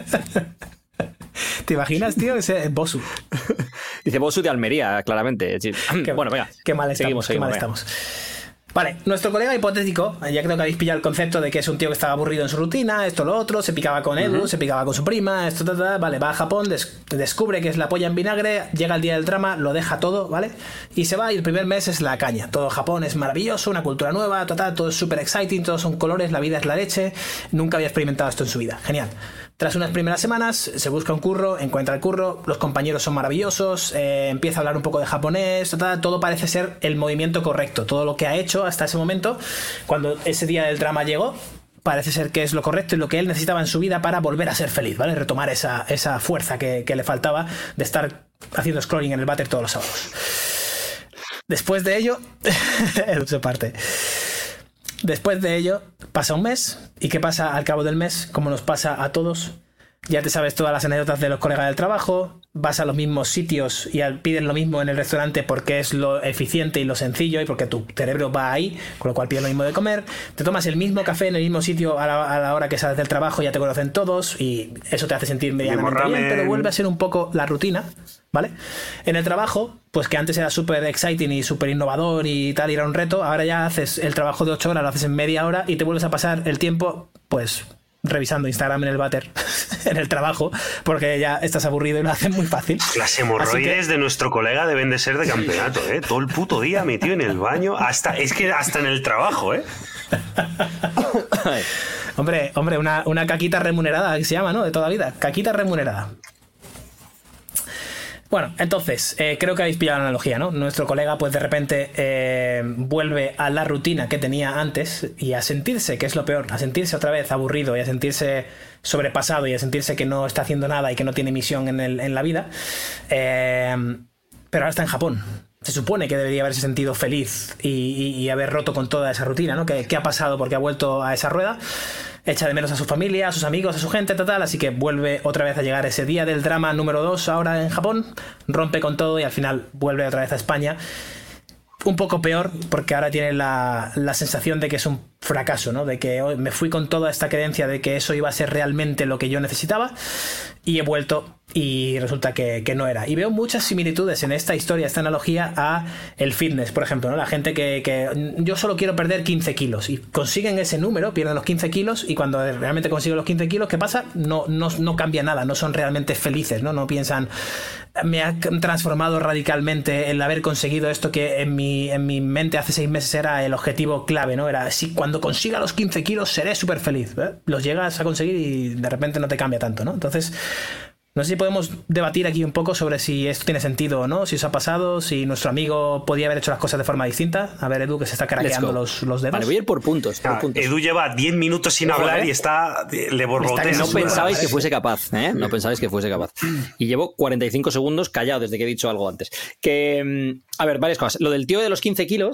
¿Te imaginas, tío? Ese Bosu. Dice Bosu de Almería, claramente. Qué, bueno, venga. Qué mal estamos. Seguimos, qué seguimos, mal estamos. Vale, nuestro colega hipotético, ya creo que habéis pillado el concepto de que es un tío que estaba aburrido en su rutina, esto, lo otro, se picaba con Edu, uh-huh. se picaba con su prima, esto, ta, ta, vale, va a Japón, des- descubre que es la polla en vinagre, llega el día del drama, lo deja todo, ¿vale? Y se va y el primer mes es la caña. Todo Japón es maravilloso, una cultura nueva, ta, ta, todo es súper exciting, todos son colores, la vida es la leche, nunca había experimentado esto en su vida. Genial. Tras unas primeras semanas se busca un curro, encuentra el curro, los compañeros son maravillosos, eh, empieza a hablar un poco de japonés, ta, ta, todo parece ser el movimiento correcto, todo lo que ha hecho hasta ese momento, cuando ese día del drama llegó, parece ser que es lo correcto y lo que él necesitaba en su vida para volver a ser feliz, ¿vale? Retomar esa, esa fuerza que, que le faltaba de estar haciendo scrolling en el váter todos los sábados. Después de ello, se parte. Después de ello, pasa un mes. ¿Y qué pasa al cabo del mes? Como nos pasa a todos. Ya te sabes todas las anécdotas de los colegas del trabajo. Vas a los mismos sitios y pides lo mismo en el restaurante porque es lo eficiente y lo sencillo y porque tu cerebro va ahí, con lo cual pides lo mismo de comer. Te tomas el mismo café en el mismo sitio a la, a la hora que sales del trabajo, ya te conocen todos y eso te hace sentir medianamente bien, pero vuelve a ser un poco la rutina, ¿vale? En el trabajo, pues que antes era súper exciting y súper innovador y tal, y era un reto, ahora ya haces el trabajo de ocho horas, lo haces en media hora y te vuelves a pasar el tiempo, pues... revisando Instagram en el váter en el trabajo, porque ya estás aburrido y lo hacen muy fácil. Las hemorroides que... de nuestro colega deben de ser de campeonato, ¿eh? Todo el puto día metido en el baño, hasta es que hasta en el trabajo, ¿eh? hombre, hombre, una, una caquita remunerada que se llama, ¿no? De toda vida, caquita remunerada. Bueno, entonces, eh, creo que habéis pillado la analogía, ¿no? Nuestro colega, pues de repente eh, vuelve a la rutina que tenía antes y a sentirse, que es lo peor, a sentirse otra vez aburrido y a sentirse sobrepasado y a sentirse que no está haciendo nada y que no tiene misión en, el, en la vida. Eh, pero ahora está en Japón. Se supone que debería haberse sentido feliz y, y, y haber roto con toda esa rutina, ¿no? ¿Qué, qué ha pasado? Porque ha vuelto a esa rueda. Echa de menos a su familia, a sus amigos, a su gente, tal, así que vuelve otra vez a llegar ese día del drama número dos ahora en Japón, rompe con todo y al final vuelve otra vez a España. Un poco peor, porque ahora tiene la, la sensación de que es un fracaso, ¿no? De que oh, me fui con toda esta creencia de que eso iba a ser realmente lo que yo necesitaba y he vuelto y resulta que, que no era. Y veo muchas similitudes en esta historia, esta analogía a el fitness, por ejemplo, ¿no? La gente que, que yo solo quiero perder quince kilos y consiguen ese número, pierden los quince kilos y cuando realmente consiguen los quince kilos, ¿qué pasa? No, no, no cambia nada, no son realmente felices, ¿no? No piensan, me ha transformado radicalmente el haber conseguido esto que en mi, en mi mente hace seis meses era el objetivo clave, ¿no? Era, si cuando consiga los quince kilos seré súper feliz, ¿eh? Los llegas a conseguir y de repente no te cambia tanto, ¿no? Entonces... no sé si podemos debatir aquí un poco sobre si esto tiene sentido o no, si os ha pasado, si nuestro amigo podía haber hecho las cosas de forma distinta. A ver, Edu, que se está craqueando los, los dedos. Vale, voy a ir por puntos. Por ah, puntos. Edu lleva diez minutos sin hablar Joder. y está... le borbotea. No pensabais que fuese capaz, ¿eh? No pensabais que fuese capaz. Y llevo cuarenta y cinco segundos callado desde que he dicho algo antes. Que, a ver, varias cosas. Lo del tío de los quince kilos...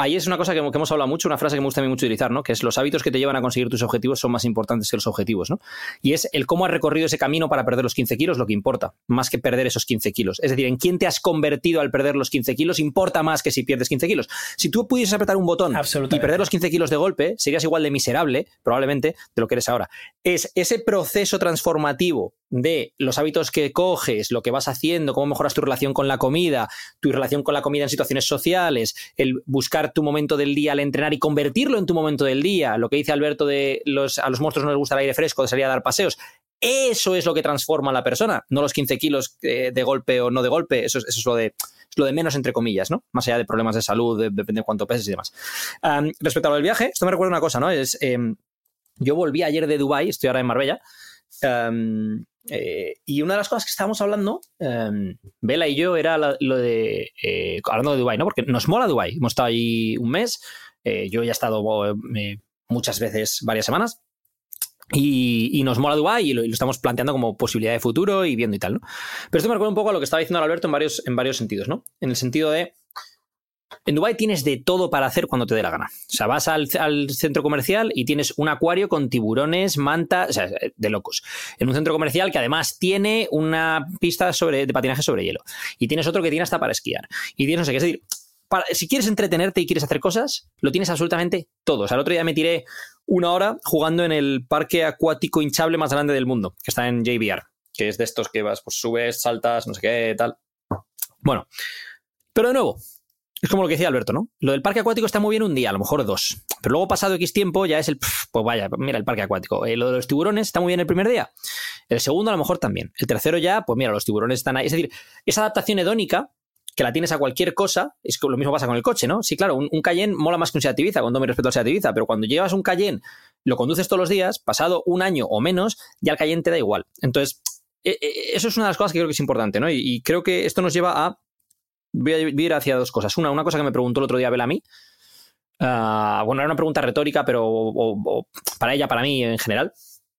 ahí es una cosa que, que hemos hablado mucho, una frase que me gusta a mí mucho utilizar, ¿no? Que es los hábitos que te llevan a conseguir tus objetivos son más importantes que los objetivos, ¿no? Y es el cómo has recorrido ese camino para perder los quince kilos lo que importa, más que perder esos quince kilos. Es decir, en quién te has convertido al perder los quince kilos importa más que si pierdes quince kilos. Si tú pudieses apretar un botón y perder los quince kilos de golpe, serías igual de miserable, probablemente, de lo que eres ahora. Es ese proceso transformativo de los hábitos que coges, lo que vas haciendo, cómo mejoras tu relación con la comida, tu relación con la comida en situaciones sociales, el buscar tu momento del día al entrenar y convertirlo en tu momento del día, lo que dice Alberto de los, a los monstruos no les gusta el aire fresco, de salir a dar paseos. Eso es lo que transforma a la persona, no los quince kilos de golpe o no de golpe, eso, eso es lo de, es lo de menos entre comillas, ¿no? Más allá de problemas de salud, de, depende de cuánto peses y demás. Um, respecto a lo del viaje, esto me recuerda una cosa, ¿no? Es, eh, yo volví ayer de Dubái, estoy ahora en Marbella, um, eh, y una de las cosas que estábamos hablando, um, Bela y yo, era la, lo de, eh, hablando de Dubái, ¿no? Porque nos mola Dubái, hemos estado ahí un mes, eh, yo ya he estado eh, muchas veces, varias semanas, Y, y nos mola Dubái y lo, y lo estamos planteando como posibilidad de futuro y viendo y tal, ¿no? Pero esto me recuerda un poco a lo que estaba diciendo Alberto en varios, en varios sentidos, ¿no? En el sentido de, en Dubái tienes de todo para hacer cuando te dé la gana. O sea, vas al, al centro comercial y tienes un acuario con tiburones, mantas, o sea, de locos. En un centro comercial que además tiene una pista sobre, de patinaje sobre hielo. Y tienes otro que tiene hasta para esquiar. Y tienes no sé qué, es decir... Para, si quieres entretenerte y quieres hacer cosas, lo tienes absolutamente todo. O sea, el otro día me tiré una hora jugando en el parque acuático hinchable más grande del mundo, que está en J B R, que es de estos que vas, pues subes, saltas, no sé qué, tal. Bueno, pero de nuevo, es como lo que decía Alberto, ¿no? Lo del parque acuático está muy bien un día, a lo mejor dos. Pero luego pasado X tiempo ya es el... Pues vaya, mira el parque acuático. Eh, lo de los tiburones está muy bien el primer día. El segundo a lo mejor también. El tercero ya, pues mira, los tiburones están ahí. Es decir, esa adaptación hedónica que la tienes a cualquier cosa, es que lo mismo pasa con el coche, ¿no? Sí, claro, un, un Cayenne mola más que un Seat Ibiza, con todo mi respeto al Seat Ibiza, pero cuando llevas un Cayenne, lo conduces todos los días, pasado un año o menos, ya el Cayenne te da igual. Entonces, eh, eh, eso es una de las cosas que creo que es importante, ¿no? Y, y creo que esto nos lleva a... Voy a ir hacia dos cosas. Una, una cosa que me preguntó el otro día Bela a mí. Uh, bueno, era una pregunta retórica, pero o, o, para ella, para mí en general.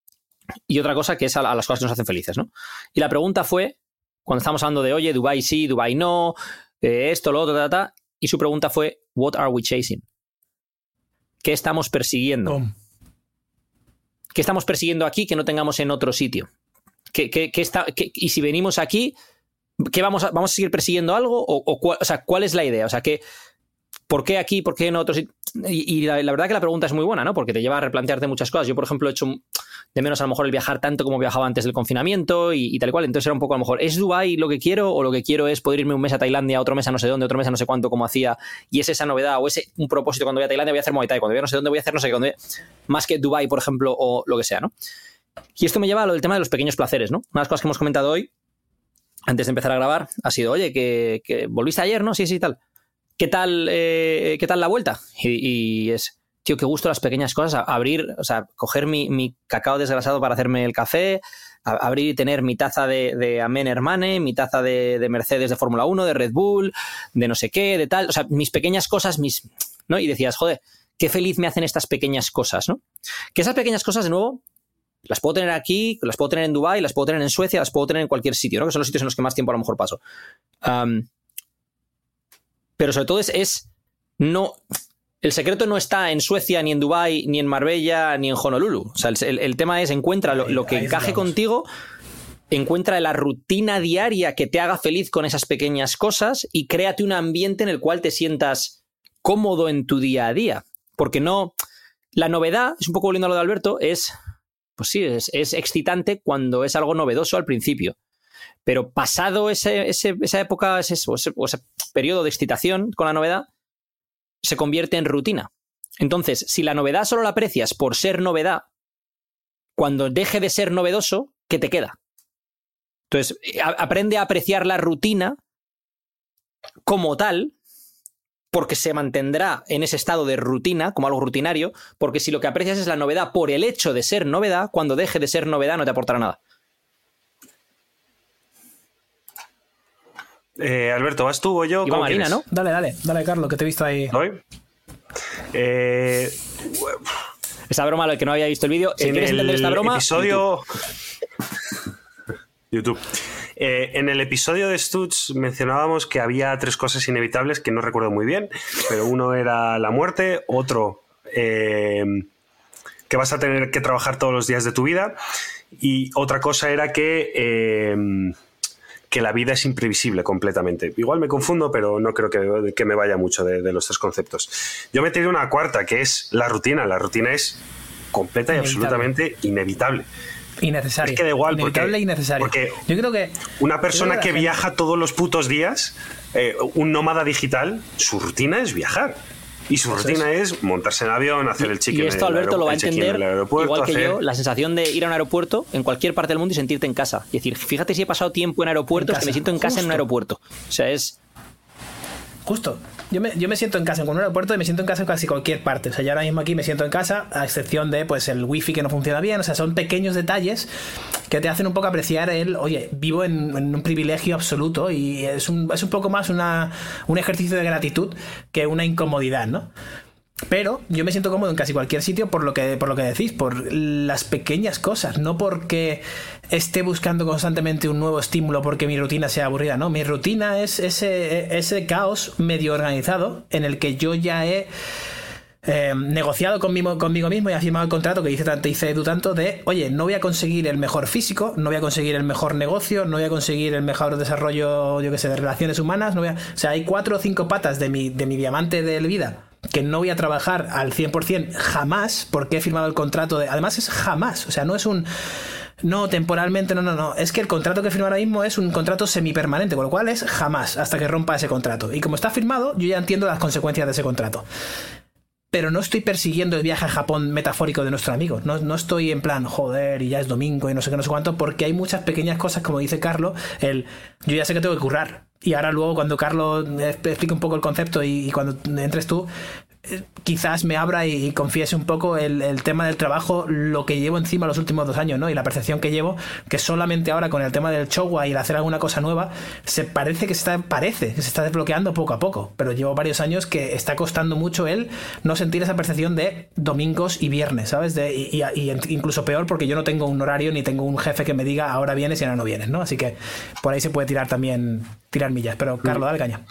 Y otra cosa que es a, a las cosas que nos hacen felices, ¿no? Y la pregunta fue... Cuando estamos hablando de, oye, Dubái sí, Dubái no, eh, esto, lo otro, ta, ta, ta, y su pregunta fue, what are we chasing? ¿Qué estamos persiguiendo? Oh. ¿Qué estamos persiguiendo aquí que no tengamos en otro sitio? ¿Qué, qué, qué está, qué, y si venimos aquí, ¿qué vamos a, vamos a seguir persiguiendo algo? O, o, cuál, o sea, ¿cuál es la idea? O sea, ¿qué, ¿por qué aquí? ¿Por qué en otro sitio? Y, y la, la verdad que la pregunta es muy buena, ¿no? Porque te lleva a replantearte muchas cosas. Yo, por ejemplo, he hecho de menos a lo mejor el viajar tanto como viajaba antes del confinamiento y, y tal y cual. Entonces era un poco a lo mejor, ¿es Dubái lo que quiero? O lo que quiero es poder irme un mes a Tailandia, otro mes a no sé dónde, otro mes a no sé cuánto, como hacía. Y es esa novedad o ese un propósito. Cuando voy a Tailandia voy a hacer Muay Thai. Cuando voy a no sé dónde voy a hacer no sé qué. Cuando voy a... Más que Dubái, por ejemplo, o lo que sea, ¿no? Y esto me lleva a lo del tema de los pequeños placeres, ¿no? Una de las cosas que hemos comentado hoy, antes de empezar a grabar, ha sido, oye, que, que volviste ayer, ¿no? Sí, sí, tal. ¿Qué tal, eh, ¿qué tal la vuelta? Y, y es... Tío, qué gusto las pequeñas cosas. Abrir, o sea, coger mi, mi cacao desgrasado para hacerme el café, a, abrir y tener mi taza de, de Amen Hermane, mi taza de, de Mercedes de Fórmula uno, de Red Bull, de no sé qué, de tal. O sea, mis pequeñas cosas, mis... ¿no? Y decías, joder, qué feliz me hacen estas pequeñas cosas, ¿no? Que esas pequeñas cosas, de nuevo, las puedo tener aquí, las puedo tener en Dubái, las puedo tener en Suecia, las puedo tener en cualquier sitio, ¿no? Que son los sitios en los que más tiempo a lo mejor paso. Um, pero sobre todo es, es no... El secreto no está en Suecia, ni en Dubái, ni en Marbella, ni en Honolulu. O sea, el, el tema es encuentra lo, lo que encaje contigo, encuentra la rutina diaria que te haga feliz con esas pequeñas cosas y créate un ambiente en el cual te sientas cómodo en tu día a día. Porque no... La novedad, es un poco volviendo a lo de Alberto, es... Pues sí, es, es excitante cuando es algo novedoso al principio. Pero pasado ese, ese, esa época, ese, o ese, o ese periodo de excitación con la novedad, se convierte en rutina. Entonces, si la novedad solo la aprecias por ser novedad, cuando deje de ser novedoso, ¿qué te queda? Entonces, a- aprende a apreciar la rutina como tal, porque se mantendrá en ese estado de rutina, como algo rutinario, porque si lo que aprecias es la novedad por el hecho de ser novedad, cuando deje de ser novedad no te aportará nada. Eh, Alberto, ¿vas tú o yo? Iba Marina, ¿no? Dale, dale, dale, Carlos, que te he visto ahí. ¿Voy? Eh... Esta broma, el que no había visto el vídeo, si ¿quieres entender esta broma? Episodio... YouTube. YouTube. eh, en el episodio de Stutz mencionábamos que había tres cosas inevitables que no recuerdo muy bien, pero uno era la muerte, otro eh, que vas a tener que trabajar todos los días de tu vida, y otra cosa era que, eh, que la vida es imprevisible completamente. Igual me confundo, pero no creo que, que me vaya mucho de, de los tres conceptos. Yo me tiré una cuarta, que es la rutina. La rutina es completa y inevitable. Absolutamente inevitable. Innecesario. Es que da igual. Inevitable porque, e innecesario. Porque yo creo que una persona que gente... viaja todos los putos días, eh, un nómada digital, su rutina es viajar. Y su Eso rutina es. es montarse en avión, hacer el check-in. Y esto Alberto lo va a entender igual que hacer... yo, la sensación de ir a un aeropuerto en cualquier parte del mundo y sentirte en casa. Es decir, fíjate si he pasado tiempo en aeropuertos, en que me siento en casa Justo. en un aeropuerto. O sea, es... Justo. Yo me, yo me siento en casa en un aeropuerto y me siento en casa en casi cualquier parte. O sea, yo ahora mismo aquí me siento en casa, a excepción de pues el wifi que no funciona bien. O sea, son pequeños detalles que te hacen un poco apreciar el, oye, vivo en, en un privilegio absoluto, y es un, es un poco más una, un ejercicio de gratitud que una incomodidad, ¿no? Pero yo me siento cómodo en casi cualquier sitio por lo que por lo que decís, por las pequeñas cosas, no porque esté buscando constantemente un nuevo estímulo porque mi rutina sea aburrida, no, mi rutina es ese, ese caos medio organizado en el que yo ya he eh, negociado conmigo, conmigo mismo y he firmado el contrato que dice tanto, dice Edu tanto de, oye, no voy a conseguir el mejor físico, no voy a conseguir el mejor negocio, no voy a conseguir el mejor desarrollo, yo que sé, de relaciones humanas, no voy a, o sea, hay cuatro o cinco patas de mi, de mi diamante de vida que no voy a trabajar al cien por ciento jamás, porque he firmado el contrato de... Además es jamás, o sea, no es un... No, temporalmente, no, no, no. Es que el contrato que he firmado ahora mismo es un contrato semipermanente, con lo cual es jamás, hasta que rompa ese contrato. Y como está firmado, yo ya entiendo las consecuencias de ese contrato. Pero no estoy persiguiendo el viaje a Japón metafórico de nuestro amigo. No, no estoy en plan, joder, y ya es domingo y no sé qué, no sé cuánto, porque hay muchas pequeñas cosas, como dice Carlos, el yo ya sé que tengo que currar. Y ahora luego cuando Carlos explique un poco el concepto y, y cuando entres tú, eh, quizás me abra y, y confiese un poco el, el tema del trabajo, lo que llevo encima los últimos dos años, ¿no? Y la percepción que llevo, que solamente ahora con el tema del Chowa y el hacer alguna cosa nueva, se parece que se está, parece que se está desbloqueando poco a poco. Pero llevo varios años que está costando mucho el no sentir esa percepción de domingos y viernes, ¿sabes? De, y, y, y incluso peor porque yo no tengo un horario ni tengo un jefe que me diga ahora vienes y ahora no vienes, ¿no? Así que por ahí se puede tirar también, tirar millas. Pero Carlos, dale caña.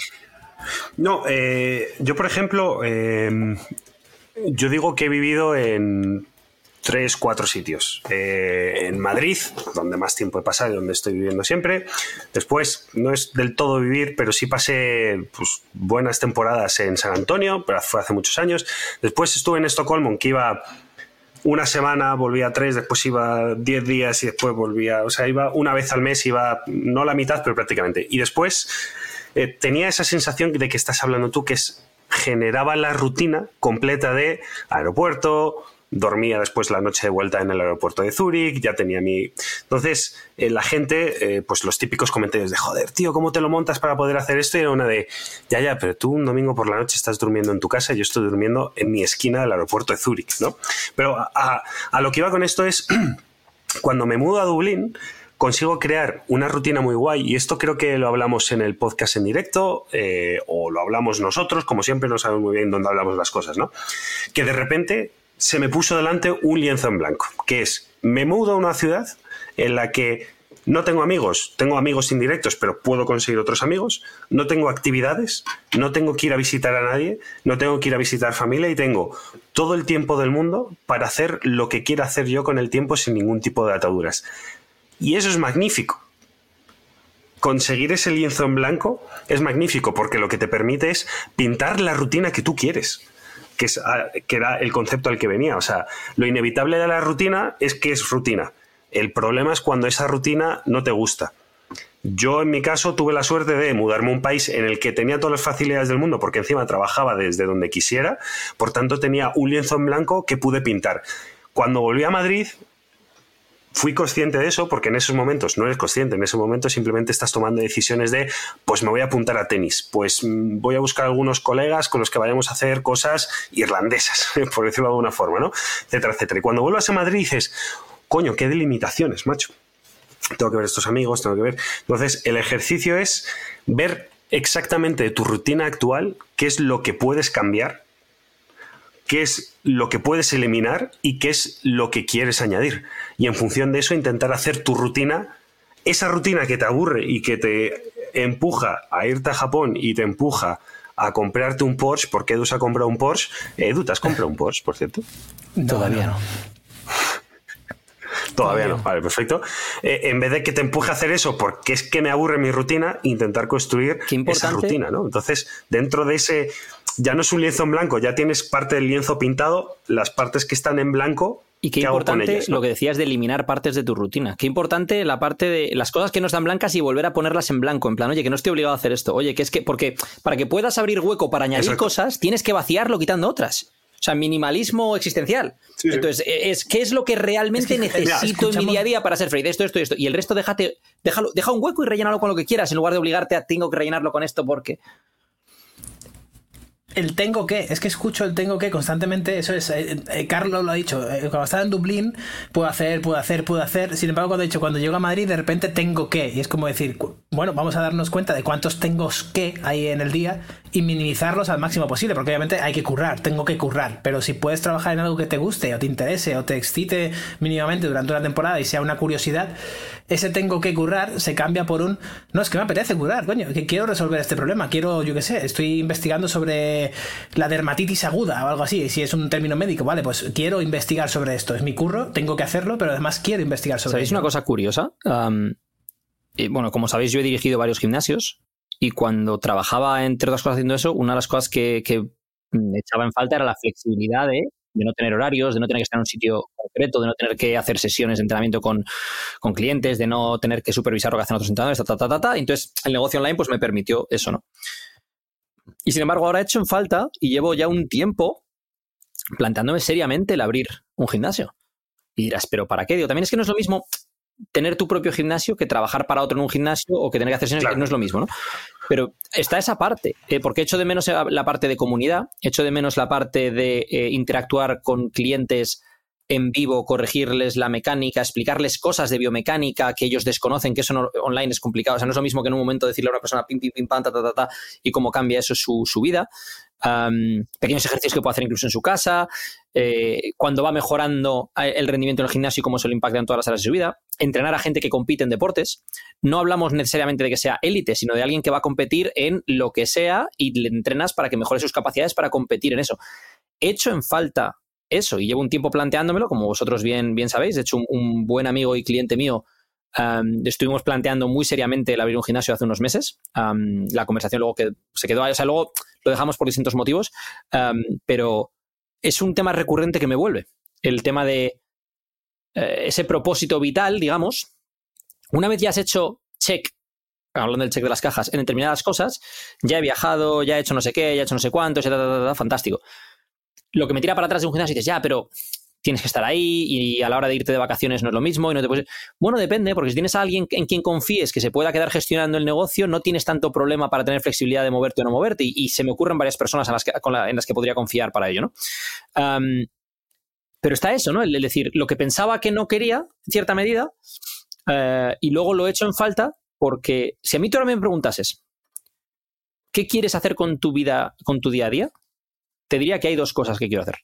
No, eh, yo por ejemplo, eh, yo digo que he vivido en tres, cuatro sitios. Eh, en Madrid, donde más tiempo he pasado y donde estoy viviendo siempre. Después, no es del todo vivir, pero sí pasé pues, buenas temporadas en San Antonio, pero fue hace muchos años. Después estuve en Estocolmo, que iba una semana, volvía tres, después iba diez días y después volvía, o sea, iba una vez al mes, iba no la mitad, pero prácticamente. Y después eh, tenía esa sensación de que estás hablando tú, que es, generaba la rutina completa de aeropuerto, dormía después la noche de vuelta en el aeropuerto de Zúrich, ya tenía mi... Entonces, eh, la gente, eh, pues los típicos comentarios de joder, tío, ¿cómo te lo montas para poder hacer esto? Y era una de, ya, ya, pero tú un domingo por la noche estás durmiendo en tu casa y yo estoy durmiendo en mi esquina del aeropuerto de Zúrich, ¿no? Pero a, a, a lo que iba con esto es, cuando me mudo a Dublín, consigo crear una rutina muy guay, y esto creo que lo hablamos en el podcast en directo, eh, o lo hablamos nosotros, como siempre no sabemos muy bien dónde hablamos las cosas, ¿no? Que de repente se me puso delante un lienzo en blanco, que es, me mudo a una ciudad en la que no tengo amigos, tengo amigos indirectos, pero puedo conseguir otros amigos, no tengo actividades, no tengo que ir a visitar a nadie, no tengo que ir a visitar familia y tengo todo el tiempo del mundo para hacer lo que quiera hacer yo con el tiempo sin ningún tipo de ataduras. Y eso es magnífico. Conseguir ese lienzo en blanco es magnífico porque lo que te permite es pintar la rutina que tú quieres. Que, es, que era el concepto al que venía. O sea, lo inevitable de la rutina es que es rutina. El problema es cuando esa rutina no te gusta. Yo, en mi caso, tuve la suerte de mudarme a un país en el que tenía todas las facilidades del mundo, porque encima trabajaba desde donde quisiera, por tanto tenía un lienzo en blanco que pude pintar. Cuando volví a Madrid, fui consciente de eso, porque en esos momentos no eres consciente, en ese momento simplemente estás tomando decisiones de, pues me voy a apuntar a tenis, pues voy a buscar algunos colegas con los que vayamos a hacer cosas irlandesas, por decirlo de alguna forma, ¿no? Etcétera, etcétera. Y cuando vuelvas a Madrid dices, coño, qué delimitaciones, macho. Tengo que ver estos amigos, tengo que ver... Entonces, el ejercicio es ver exactamente de tu rutina actual qué es lo que puedes cambiar, qué es lo que puedes eliminar y qué es lo que quieres añadir. Y en función de eso intentar hacer tu rutina esa rutina que te aburre y que te empuja a irte a Japón y te empuja a comprarte un Porsche, porque Edu se ha comprado un Porsche. Edu, ¿te has comprado un Porsche, por cierto? No, Todavía no. Todavía no, vale, perfecto. Eh, en vez de que te empuje a hacer eso, porque es que me aburre mi rutina, intentar construir esa rutina, ¿no? Entonces, dentro de ese, ya no es un lienzo en blanco, ya tienes parte del lienzo pintado, las partes que están en blanco. Y qué, qué importante ellas, ¿no? Lo que decías de eliminar partes de tu rutina. Qué importante la parte de las cosas que no están blancas y volver a ponerlas en blanco. En plan, oye, que no estoy obligado a hacer esto. Oye, que es que, porque para que puedas abrir hueco para añadir Exacto. cosas, tienes que vaciarlo quitando otras. O sea, minimalismo existencial. Sí, sí. Entonces, es, ¿qué es lo que realmente es que, necesito mira, escuchamos... en mi día a día para ser feliz? Esto, esto y esto. Y el resto, déjate, déjalo, deja un hueco y rellénalo con lo que quieras, en lugar de obligarte a tengo que rellenarlo con esto porque... El tengo que, es que escucho el tengo que constantemente, eso es, eh, eh, Carlos lo ha dicho, eh, cuando estaba en Dublín, puedo hacer, puedo hacer, puedo hacer, sin embargo cuando he dicho, cuando llego a Madrid de repente tengo que, y es como decir, bueno, vamos a darnos cuenta de cuántos tengo que hay en el día y minimizarlos al máximo posible, porque obviamente hay que currar, tengo que currar, pero si puedes trabajar en algo que te guste o te interese o te excite mínimamente durante una temporada y sea una curiosidad, ese tengo que currar se cambia por un, no, es que me apetece currar, coño, que quiero resolver este problema, quiero, yo qué sé, estoy investigando sobre la dermatitis aguda o algo así, si es un término médico, vale, pues quiero investigar sobre esto, es mi curro, tengo que hacerlo, pero además quiero investigar sobre ¿Sabéis ello? Una cosa curiosa? Um, y bueno, como sabéis, yo he dirigido varios gimnasios y cuando trabajaba, entre otras cosas, haciendo eso, una de las cosas que, que me echaba en falta era la flexibilidad de, de no tener horarios, de no tener que estar en un sitio concreto, de no tener que hacer sesiones de entrenamiento con, con clientes, de no tener que supervisar lo que hacen otros entrenadores, ta, ta, ta, ta, ta. Entonces, el negocio online pues me permitió eso, ¿no? Y sin embargo, ahora he hecho en falta y llevo ya un tiempo planteándome seriamente el abrir un gimnasio. Y dirás, ¿pero para qué? Digo, también es que no es lo mismo tener tu propio gimnasio que trabajar para otro en un gimnasio o que tener que hacer sesiones, claro. No es lo mismo, ¿no? Pero está esa parte, eh, porque echo de menos la parte de comunidad, echo de menos la parte de eh, interactuar con clientes en vivo, corregirles la mecánica, explicarles cosas de biomecánica que ellos desconocen, que eso no, online es complicado. O sea, no es lo mismo que en un momento decirle a una persona pim, pim, pim, pam, ta, ta, ta, ta, y cómo cambia eso su, su vida. Um, pequeños ejercicios que puede hacer incluso en su casa, eh, cuando va mejorando el rendimiento en el gimnasio y cómo eso le impacta en todas las áreas de su vida. Entrenar a gente que compite en deportes. No hablamos necesariamente de que sea élite, sino de alguien que va a competir en lo que sea y le entrenas para que mejore sus capacidades para competir en eso. He hecho en falta eso y llevo un tiempo planteándomelo, como vosotros bien, bien sabéis. De hecho, un, un buen amigo y cliente mío um, estuvimos planteando muy seriamente el abrir un gimnasio hace unos meses. Um, la conversación luego que se quedó ahí, o sea, luego lo dejamos por distintos motivos, um, pero es un tema recurrente que me vuelve. El tema de eh, ese propósito vital, digamos. Una vez ya has hecho check, hablando del check de las cajas, en determinadas cosas, ya he viajado, ya he hecho no sé qué, ya he hecho no sé cuánto, ya, ta, ta, ta, ta, fantástico. Lo que me tira para atrás de un gimnasio y dices, ya, pero tienes que estar ahí y a la hora de irte de vacaciones no es lo mismo y no te puedes... Bueno, depende, porque si tienes a alguien en quien confíes que se pueda quedar gestionando el negocio, no tienes tanto problema para tener flexibilidad de moverte o no moverte y, y se me ocurren varias personas en las que, con la, en las que podría confiar para ello, ¿no? Um, pero está eso, ¿no? El, el decir, lo que pensaba que no quería, en cierta medida, uh, y luego lo he hecho en falta porque si a mí tú ahora me preguntases ¿qué quieres hacer con tu vida, con tu día a día? Te diría que hay dos cosas que quiero hacer.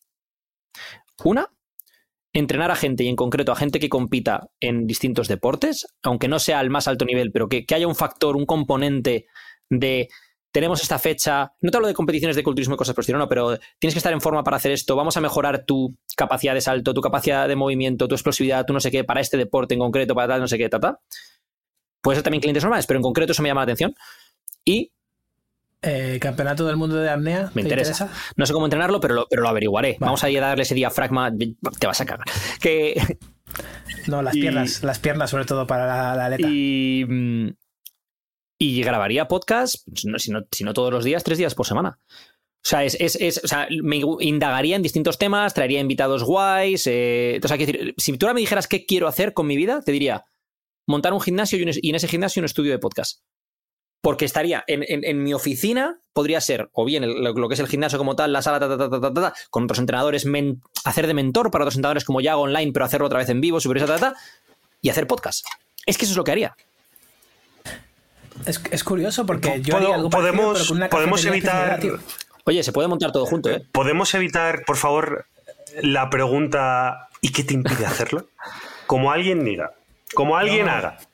Una, entrenar a gente y en concreto a gente que compita en distintos deportes, aunque no sea al más alto nivel, pero que, que haya un factor, un componente de tenemos esta fecha, no te hablo de competiciones de culturismo y cosas por el estilo, no, pero tienes que estar en forma para hacer esto, vamos a mejorar tu capacidad de salto, tu capacidad de movimiento, tu explosividad, tu no sé qué, para este deporte en concreto, para tal, no sé qué, ta, ta. Puede ser también clientes normales, pero en concreto eso me llama la atención. Y Eh, campeonato del mundo de apnea. Me interesa. interesa. No sé cómo entrenarlo, pero lo, pero lo averiguaré. Vale. Vamos a ir a darle ese diafragma. Te vas a cagar. Que... No, las y... piernas. Las piernas, sobre todo para la, la aleta. Y, y grabaría podcast, no, si, no, si no todos los días, tres días por semana. O sea, es, es, es, o sea, me indagaría en distintos temas, traería invitados guays. Eh, entonces, hay que decir, si tú ahora me dijeras qué quiero hacer con mi vida, te diría montar un gimnasio y, un, y en ese gimnasio un estudio de podcast. Porque estaría en, en, en mi oficina, podría ser, o bien el, lo que es el gimnasio como tal, la sala, ta, ta, ta, ta, ta, ta, con otros entrenadores, men, hacer de mentor para otros entrenadores como ya hago online, pero hacerlo otra vez en vivo, supervisar, ta, ta, ta, y hacer podcast. Es que eso es lo que haría. Es, es curioso porque yo haría algo podemos, parecido, pero con una podemos evitar... Oye, se puede montar todo junto, ¿eh? ¿Podemos evitar, por favor, la pregunta ¿y qué te impide hacerlo? Como alguien diga, como alguien no. haga.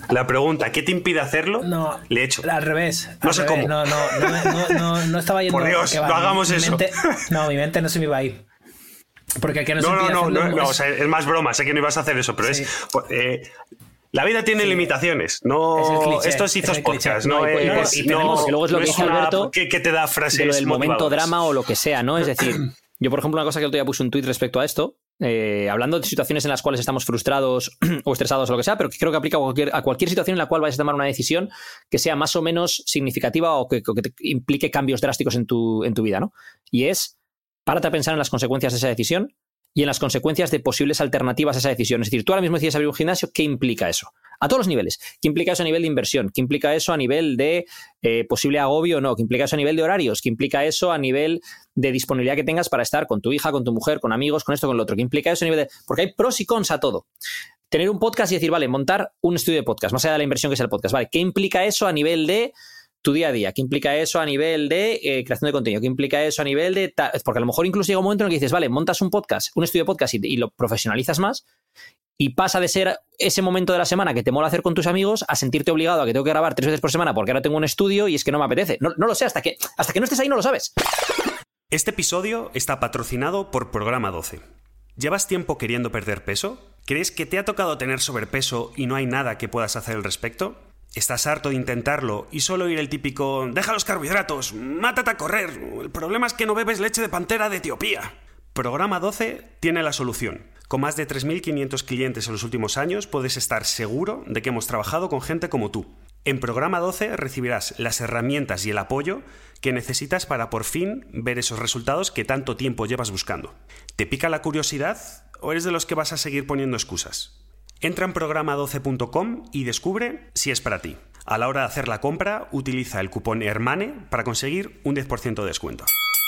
La pregunta, ¿qué te impide hacerlo? No, le he hecho. Al revés. No al sé revés. cómo. No, no, no, no, no, no estaba yendo. Por Dios, va, no hagamos mi eso. Mente, no, mi mente no se me iba a ir. Porque que no, no, no, no, no, es... no, o sea, es más broma, sé que no ibas a hacer eso, pero sí. es... Eh, la vida tiene sí. limitaciones, no es estos hizos podcast, no, no es, y tenemos, no, que luego es lo no que es dice Alberto que, que te da frases de lo del motivadoras. Momento drama o lo que sea, ¿no? Es decir, yo por ejemplo una cosa que el otro día puse un tuit respecto a esto, eh, hablando de situaciones en las cuales estamos frustrados o estresados o lo que sea, pero que creo que aplica a cualquier, a cualquier situación en la cual vayas a tomar una decisión que sea más o menos significativa o que, que te implique cambios drásticos en tu, en tu vida, ¿no? Y es, párate a pensar en las consecuencias de esa decisión y en las consecuencias de posibles alternativas a esa decisión. Es decir, tú ahora mismo decides abrir un gimnasio, ¿qué implica eso? A todos los niveles. ¿Qué implica eso a nivel de inversión? ¿Qué implica eso a nivel de eh, posible agobio o no? ¿Qué implica eso a nivel de horarios? ¿Qué implica eso a nivel de disponibilidad que tengas para estar con tu hija, con tu mujer, con amigos, con esto, con lo otro? ¿Qué implica eso a nivel de...? Porque hay pros y cons a todo. Tener un podcast y decir, vale, montar un estudio de podcast, más allá de la inversión que sea el podcast, ¿vale? ¿Qué implica eso a nivel de tu día a día? ¿Qué implica eso a nivel de eh, creación de contenido? ¿Qué implica eso a nivel de...? Ta- Porque a lo mejor incluso llega un momento en el que dices, vale, montas un podcast, un estudio de podcast y, y lo profesionalizas más y pasa de ser ese momento de la semana que te mola hacer con tus amigos a sentirte obligado a que tengo que grabar tres veces por semana porque ahora tengo un estudio y es que no me apetece. No, no lo sé, hasta que, hasta que no estés ahí no lo sabes. Este episodio está patrocinado por Programa doce. ¿Llevas tiempo queriendo perder peso? ¿Crees que te ha tocado tener sobrepeso y no hay nada que puedas hacer al respecto? ¿Estás harto de intentarlo y solo oír el típico «deja los carbohidratos, mátate a correr, el problema es que no bebes leche de pantera de Etiopía»? Programa doce tiene la solución. Con más de tres mil quinientos clientes en los últimos años puedes estar seguro de que hemos trabajado con gente como tú. En Programa doce recibirás las herramientas y el apoyo que necesitas para por fin ver esos resultados que tanto tiempo llevas buscando. ¿Te pica la curiosidad o eres de los que vas a seguir poniendo excusas? Entra en programa doce punto com y descubre si es para ti. A la hora de hacer la compra, utiliza el cupón HERMANE para conseguir un diez por ciento de descuento.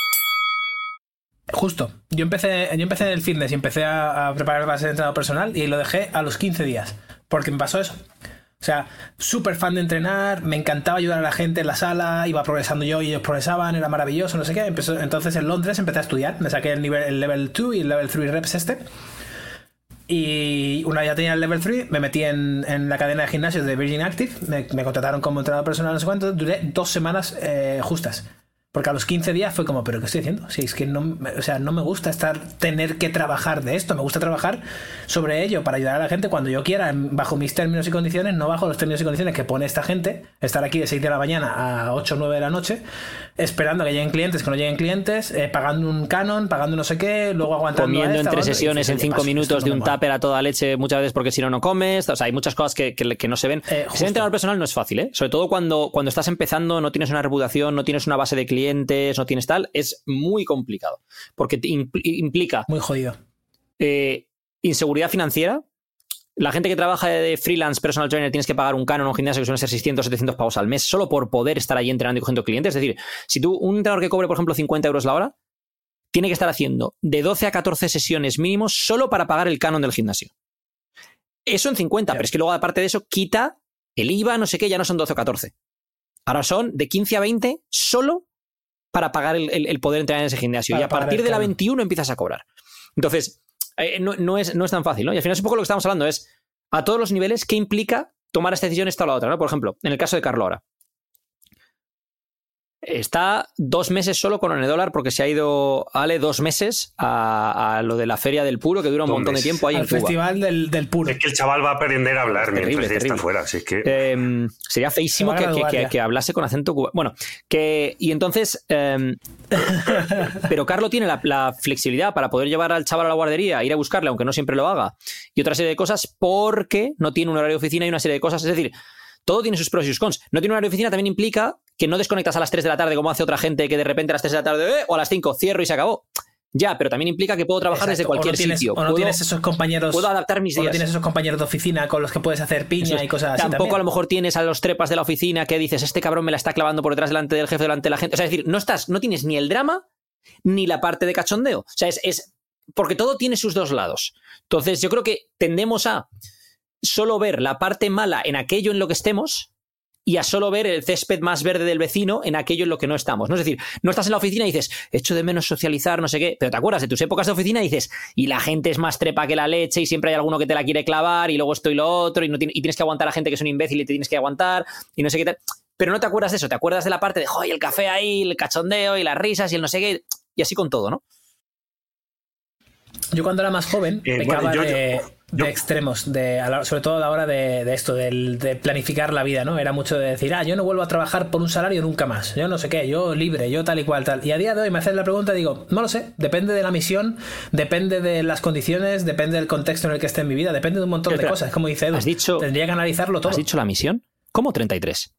Justo. Yo empecé, yo empecé en el fitness y empecé a, a preparar base de entrenador personal y lo dejé a los quince días. Porque me pasó eso. O sea, súper fan de entrenar, me encantaba ayudar a la gente en la sala, iba progresando yo y ellos progresaban, era maravilloso, no sé qué. Empezó, entonces en Londres empecé a estudiar, me saqué el, nivel, el level dos y el level tres reps este. Y una vez ya tenía el level tres, me metí en, en la cadena de gimnasios de Virgin Active, me, me contrataron como entrenador personal, no sé cuánto, duré dos semanas eh, justas. Porque a los quince días fue como, ¿pero qué estoy haciendo? Si es que no, o sea, no me gusta estar tener que trabajar de esto, me gusta trabajar sobre ello para ayudar a la gente cuando yo quiera, bajo mis términos y condiciones, no bajo los términos y condiciones que pone esta gente, estar aquí de seis de la mañana a ocho o nueve de la noche, esperando que lleguen clientes, que no lleguen clientes, eh, pagando un canon, pagando no sé qué, luego aguantando comiendo esta, entre otro, sesiones en cinco minutos de un tupper a toda leche muchas veces porque si no no comes, o sea, hay muchas cosas que, que, que no se ven. Eh, Ser entrenador personal no es fácil, ¿eh? Sobre todo cuando, cuando estás empezando, no tienes una reputación, no tienes una base de clientes, no tienes tal, es muy complicado porque te impl- implica muy jodido eh, inseguridad financiera. La gente que trabaja de freelance personal trainer tienes que pagar un canon a un gimnasio que suele ser seiscientos, setecientos pavos al mes solo por poder estar ahí entrenando y cogiendo clientes. Es decir, si tú, un entrenador que cobre por ejemplo cincuenta euros la hora tiene que estar haciendo de doce a catorce sesiones mínimos solo para pagar el canon del gimnasio. Eso en cincuenta, yeah. Pero es que luego aparte de eso quita el I V A, no sé qué, ya no son doce o catorce. Ahora son de quince a veinte solo para pagar el, el, el poder entrenar en ese gimnasio. Para y a partir de la veintiuno empiezas a cobrar. Entonces, eh, no, no, es, no es tan fácil, ¿no? Y al final es un poco lo que estamos hablando, es a todos los niveles qué implica tomar esta decisión esta o la otra, ¿no? Por ejemplo, en el caso de Carlo ahora. Está dos meses solo con Onedólar porque se ha ido, Ale, dos meses a, a lo de la Feria del Puro, que dura un dos montón meses. de tiempo ahí Al en Cuba. Festival del, del Puro. Es que el chaval va a aprender a hablar terrible, mientras terrible. está fuera, así que... Eh, sería feísimo que, que, que, que hablase con acento cubano. Bueno, que... Y entonces... Eh, pero Carlo tiene la, la flexibilidad para poder llevar al chaval a la guardería, ir a buscarle, aunque no siempre lo haga, y otra serie de cosas porque no tiene un horario de oficina y una serie de cosas. Es decir... Todo tiene sus pros y sus cons. No tiene una horario de oficina también implica que no desconectas a las tres de la tarde como hace otra gente que de repente a las tres de la tarde eh, o a las cinco cierro y se acabó. Ya, pero también implica que puedo trabajar Exacto. desde cualquier o no tienes, sitio. O no puedo, tienes esos compañeros. Puedo adaptar mis días. O no tienes esos compañeros de oficina con los que puedes hacer piña es, y cosas así. Tampoco también. A lo mejor tienes a los trepas de la oficina que dices, este cabrón me la está clavando por detrás delante del jefe, delante de la gente. O sea, es decir, no estás, no tienes ni el drama ni la parte de cachondeo. O sea, es, es porque todo tiene sus dos lados. Entonces, yo creo que tendemos a solo ver la parte mala en aquello en lo que estemos y a solo ver el césped más verde del vecino en aquello en lo que no estamos, ¿no? Es decir, no estás en la oficina y dices, echo de menos socializar, no sé qué, pero te acuerdas de tus épocas de oficina y dices, y la gente es más trepa que la leche y siempre hay alguno que te la quiere clavar y luego esto y lo otro y, no tiene, y tienes que aguantar a gente que es un imbécil y te tienes que aguantar y no sé qué tal. Pero no te acuerdas de eso, te acuerdas de la parte de, joder, el café ahí, el cachondeo y las risas y el no sé qué, y así con todo, ¿no? Yo cuando era más joven eh, pecaba bueno, yo, de, yo, yo, de extremos, de, a la, sobre todo a la hora de, de esto, de, de planificar la vida, ¿no? Era mucho de decir, ah, yo no vuelvo a trabajar por un salario nunca más, yo no sé qué, yo libre, yo tal y cual, tal. Y a día de hoy me haces la pregunta y digo, no lo sé, depende de la misión, depende de las condiciones, depende del contexto en el que esté en mi vida, depende de un montón espera, de cosas, como dice Edu. ¿Has dicho, tendría que analizarlo todo. ¿Has dicho la misión? ¿Cómo treinta y tres?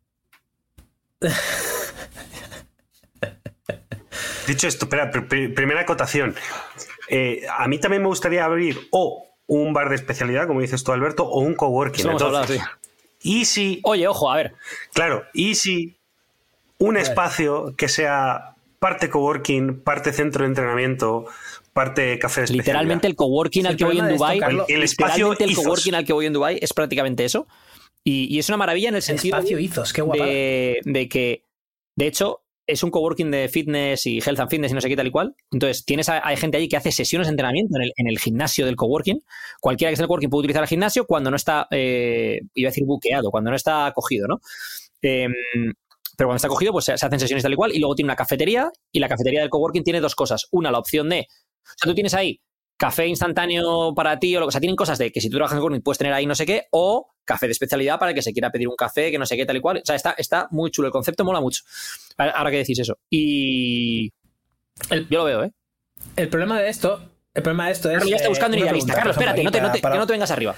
Dicho esto, espera, pr pr primera acotación. Eh, a mí también me gustaría abrir o un bar de especialidad, como dices tú, Alberto, o un coworking. Entonces, hablado, sí. Y si... Oye, ojo, a ver. Claro, y si un espacio que sea parte coworking, parte centro de entrenamiento, parte café de especialidad. Literalmente el coworking sí, al que voy en Dubái, el, el espacio el coworking al que voy en Dubái es prácticamente eso. Y, y es una maravilla en el sentido el espacio Izos, qué guapa. De, de que, de hecho, es un coworking de fitness y health and fitness y no sé qué tal y cual. Entonces, tienes a, hay gente allí que hace sesiones de entrenamiento en el, en el gimnasio del coworking. Cualquiera que esté en el coworking puede utilizar el gimnasio cuando no está, eh, iba a decir buqueado, cuando no está acogido, ¿no? Eh, pero cuando está acogido, pues se, se hacen sesiones tal y cual. Y luego tiene una cafetería y la cafetería del coworking tiene dos cosas. Una, la opción de... O sea, tú tienes ahí café instantáneo para ti o lo que sea, tienen cosas de que si tú trabajas en coworking puedes tener ahí no sé qué, o café de especialidad para el que se quiera pedir un café, que no sé qué, tal y cual. O sea, está, está muy chulo. El concepto mola mucho. Ahora que decís eso. Y el, yo lo veo, ¿eh? El problema de esto, el problema de esto es... Carlos, ya está buscando eh, un idealista. Carlos, espérate, no te, no te, para, que no te vengas arriba.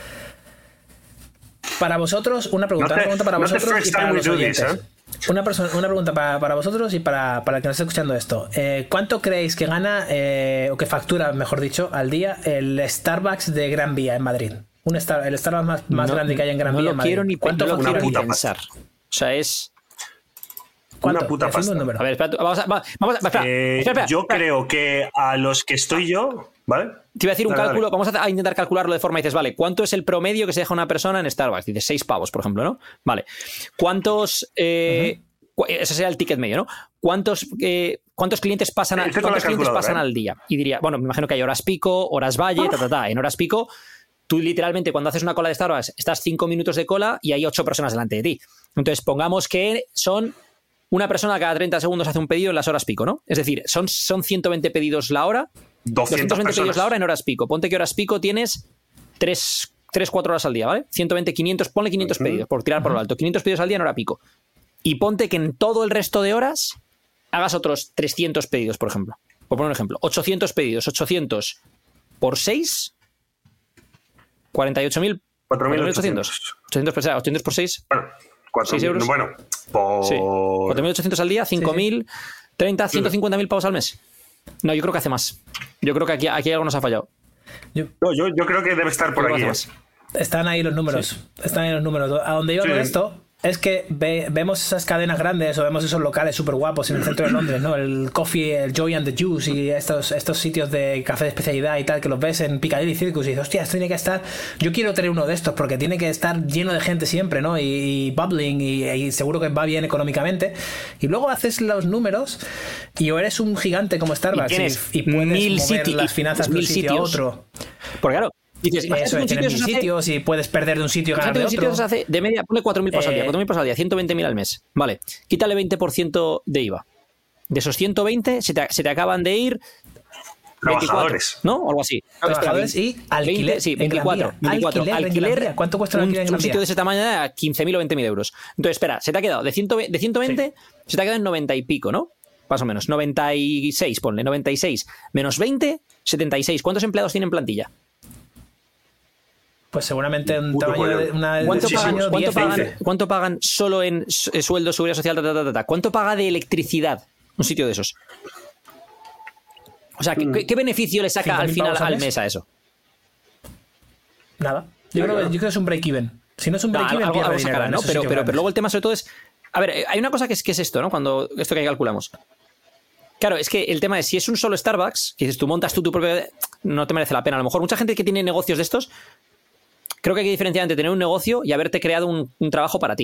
Para vosotros, una pregunta, no te, una pregunta para no vosotros y para los oyentes. This, ¿eh? Una, persona, una pregunta para, para vosotros y para, para el que nos esté escuchando esto. Eh, ¿Cuánto creéis que gana, eh, o que factura, mejor dicho, al día el Starbucks de Gran Vía en Madrid? Un Star, el Starbucks más, más no, grande que hay en Gran no Vía en Madrid. Quiero ni, ¿Cuánto no lo quiero ni pensar? O sea, es... ¿Cuánto? Una puta pasta. Un número. A ver, espera, vamos a... Vamos a espera, eh, espera, espera, yo espera. creo que a los que estoy yo... ¿Vale? Te iba a decir un dale, cálculo, dale. vamos a intentar calcularlo de forma y dices, vale, ¿cuánto es el promedio que se deja una persona en Starbucks? Dices, seis pavos, por ejemplo, ¿no? Vale. ¿Cuántos... Eh, uh-huh. Ese sería el ticket medio, ¿no? ¿Cuántos, eh, cuántos clientes pasan, a, ¿cuántos clientes pasan ¿eh? al día? Y diría, bueno, me imagino que hay horas pico, horas valle, ta, ta, ta. En horas pico, tú literalmente cuando haces una cola de Starbucks estás cinco minutos de cola y hay ocho personas delante de ti. Entonces, pongamos que son una persona cada treinta segundos hace un pedido en las horas pico, ¿no? Es decir, son, son ciento veinte pedidos la hora, doscientos veinte pedidos la hora en horas pico. Ponte que horas pico tienes tres, cuatro horas al día, ¿vale? ciento veinte, quinientos, ponle quinientos uh-huh. pedidos, por tirar uh-huh. por lo alto. quinientos pedidos al día en hora pico. Y ponte que en todo el resto de horas hagas otros trescientos pedidos, por ejemplo. Por poner un ejemplo. ochocientos pedidos. ochocientos por seis. cuarenta y ocho mil. cuatro mil ochocientos. ochocientos por, ochocientos por seis. Bueno, seis euros. Bueno, por... Sí. cuatro mil ochocientos al día, cinco mil, sí, sí. treinta, ciento cincuenta mil pavos al mes. No, yo creo que hace más. Yo creo que aquí, aquí algo nos ha fallado. Yo, no, yo, yo creo que debe estar por aquí. Están ahí los números. Sí. Están ahí los números. A donde iba sí. con esto es que ve, vemos esas cadenas grandes o vemos esos locales súper guapos en el centro de Londres, ¿no? El Coffee, el Joy and the Juice y estos, estos sitios de café de especialidad y tal, que los ves en Piccadilly Circus y dices, hostia, esto tiene que estar... Yo quiero tener uno de estos porque tiene que estar lleno de gente siempre, ¿no? Y, y bubbling y, y seguro que va bien económicamente. Y luego haces los números y o eres un gigante como Starbucks y, y, y puedes mil mover siti- las finanzas de un sitio a otro. Porque claro... Dices, eso es, tienes mil sitios y puedes perder de un sitio y ganar de otro. Sitios hace de media, ponle cuatro mil pesos al día, cuatro mil pesos al día, ciento veinte mil al mes. Vale, quítale veinte por ciento de I V A. De esos ciento veinte se te, se te acaban de ir veinticuatro, ¿no? O algo así. Trabajadores y alquiler. veinte, sí, veinticuatro. veinticuatro. Alquiler, alquiler ¿cuánto cuesta un alquiler en un sitio de esa tamaño a quince mil o veinte mil euros? Entonces, espera, se te ha quedado de, ciento veinte, de ciento veinte, sí. se te ha quedado en noventa y pico, ¿no? Más o menos. noventa y seis, ponle. noventa y seis menos veinte, setenta y seis. ¿Cuántos empleados tienen plantilla? Pues seguramente un tamaño de una ¿Cuánto, de pagan, años, ¿cuánto, diez, pagan, ¿Cuánto pagan solo en sueldo, seguridad social? Ta, ta, ta, ta, ta? ¿Cuánto paga de electricidad un sitio de esos? O sea, ¿qué, qué beneficio le saca al final al mes a eso? Nada. Yo creo, yo creo que es un break-even. Si no es un break-even, no, pierde algo dinero, sacará, ¿no? Pero, pero, pero luego el tema sobre todo es... A ver, hay una cosa que es, que es esto, ¿no? Cuando esto que calculamos. Claro, es que el tema es, si es un solo Starbucks, que dices, tú montas tú tu propio... No te merece la pena. A lo mejor mucha gente que tiene negocios de estos... Creo que hay que diferenciar entre tener un negocio y haberte creado un, un trabajo para ti.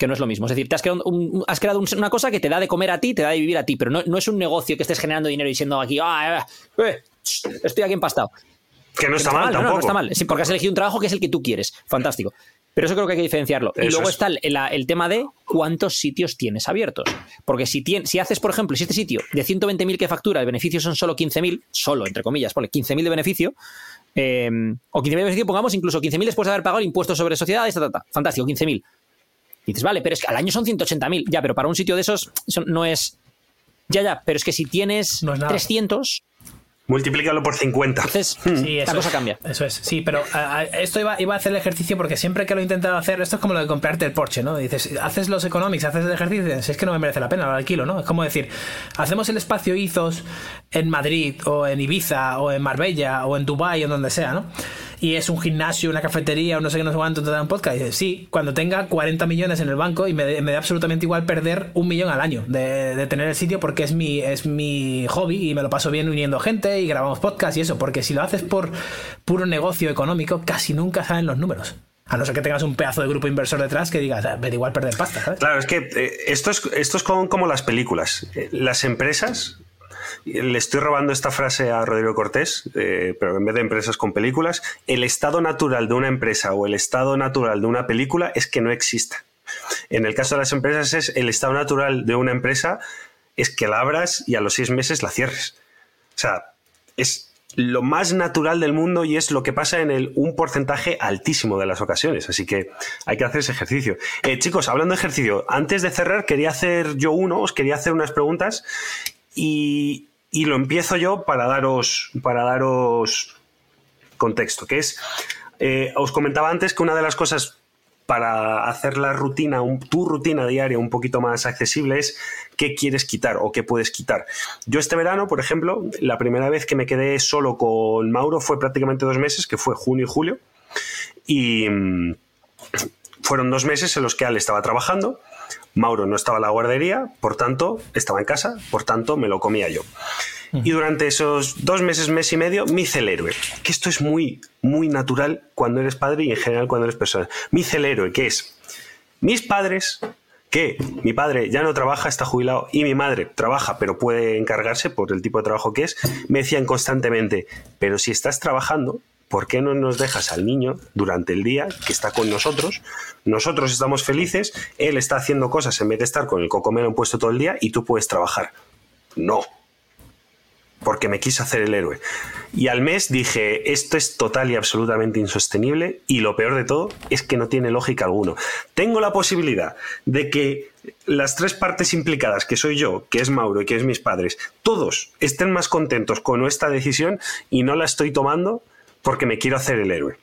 que no es lo mismo. Es decir, te has creado, un, has creado una cosa que te da de comer a ti, te da de vivir a ti, pero no, no es un negocio que estés generando dinero y siendo aquí, ah, eh, estoy aquí empastado. Que no está, que no está mal, mal tampoco. No, no está mal, sí, porque has elegido un trabajo que es el que tú quieres. Fantástico. Pero eso creo que hay que diferenciarlo. Eso y luego es. está el, el, el tema de cuántos sitios tienes abiertos. Porque si, tien, si haces, por ejemplo, si este sitio de ciento veinte mil que factura, el beneficio son solo quince mil, solo, entre comillas, ponle quince mil de beneficio, eh, o quince mil de beneficio, pongamos incluso quince mil después de haber pagado el impuesto sobre sociedades, ta, ta, ta. Fantástico, quince mil. Y dices, vale, pero es que al año son ciento ochenta mil. Ya, pero para un sitio de esos eso no es... Ya, ya, pero es que si tienes no trescientos... Multiplícalo por cincuenta. Entonces, sí, la cosa es, cambia. Eso es, sí, pero a, esto iba, iba a hacer el ejercicio porque siempre que lo he intentado hacer, esto es como lo de comprarte el Porsche, ¿no? Dices, haces los economics, haces el ejercicio, dices, es que no me merece la pena, lo alquilo, ¿no? Es como decir, hacemos el espacio Izos en Madrid, o en Ibiza, o en Marbella, o en Dubái, o en donde sea, ¿no? Y es un gimnasio, una cafetería, o no sé qué, no sé cuánto, te da un podcast. Y dices, sí, cuando tenga cuarenta millones en el banco y me, me da absolutamente igual perder un millón al año de, de tener el sitio porque es mi, es mi hobby y me lo paso bien uniendo gente y grabamos podcast y eso. Porque si lo haces por puro negocio económico, casi nunca salen los números. A no ser que tengas un pedazo de grupo inversor detrás que digas, me da igual perder pasta, ¿sabes? Claro, es que eh, esto es, esto es como, como las películas. Eh, las empresas... Le estoy robando esta frase a Rodrigo Cortés, eh, pero en vez de empresas con películas, el estado natural de una empresa o el estado natural de una película es que no exista. En el caso de las empresas es el estado natural de una empresa es que la abras y a los seis meses la cierres. O sea, es lo más natural del mundo y es lo que pasa en el un porcentaje altísimo de las ocasiones. Así que hay que hacer ese ejercicio. Eh, chicos, hablando de ejercicio, antes de cerrar quería hacer yo uno, os quería hacer unas preguntas. Y, y lo empiezo yo para daros, para daros contexto, que es, eh, os comentaba antes que una de las cosas para hacer la rutina, un, tu rutina diaria un poquito más accesible es qué quieres quitar o qué puedes quitar. Yo este verano, por ejemplo, la primera vez que me quedé solo con Mauro fue prácticamente dos meses, que fue junio y julio, y mmm, fueron dos meses en los que Al estaba trabajando. Mauro no estaba en la guardería, por tanto, estaba en casa, por tanto, me lo comía yo. Y durante esos dos meses, mes y medio, me hice el héroe. Que esto es muy, muy natural cuando eres padre y en general cuando eres persona. Me hice el héroe, que es mis padres, que mi padre ya no trabaja, está jubilado, y mi madre trabaja, pero puede encargarse por el tipo de trabajo que es, me decían constantemente, pero si estás trabajando, ¿por qué no nos dejas al niño durante el día que está con nosotros? Nosotros estamos felices, él está haciendo cosas en vez de estar con el cocomelo puesto todo el día y tú puedes trabajar. No, porque me quise hacer el héroe. Y al mes dije, esto es total y absolutamente insostenible y lo peor de todo es que no tiene lógica alguna. Tengo la posibilidad de que las tres partes implicadas, que soy yo, que es Mauro y que es mis padres, todos estén más contentos con esta decisión y no la estoy tomando porque me quiero hacer el héroe.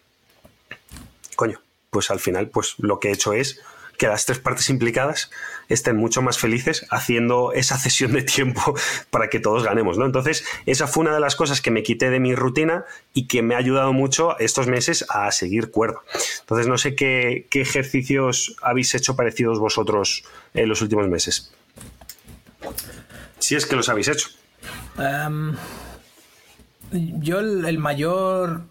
Coño, pues al final pues lo que he hecho es que las tres partes implicadas estén mucho más felices haciendo esa cesión de tiempo para que todos ganemos, ¿no? Entonces, esa fue una de las cosas que me quité de mi rutina y que me ha ayudado mucho estos meses a seguir cuerdo. Entonces, no sé qué, qué ejercicios habéis hecho parecidos vosotros en los últimos meses. Si es que los habéis hecho. Um, yo el, el mayor...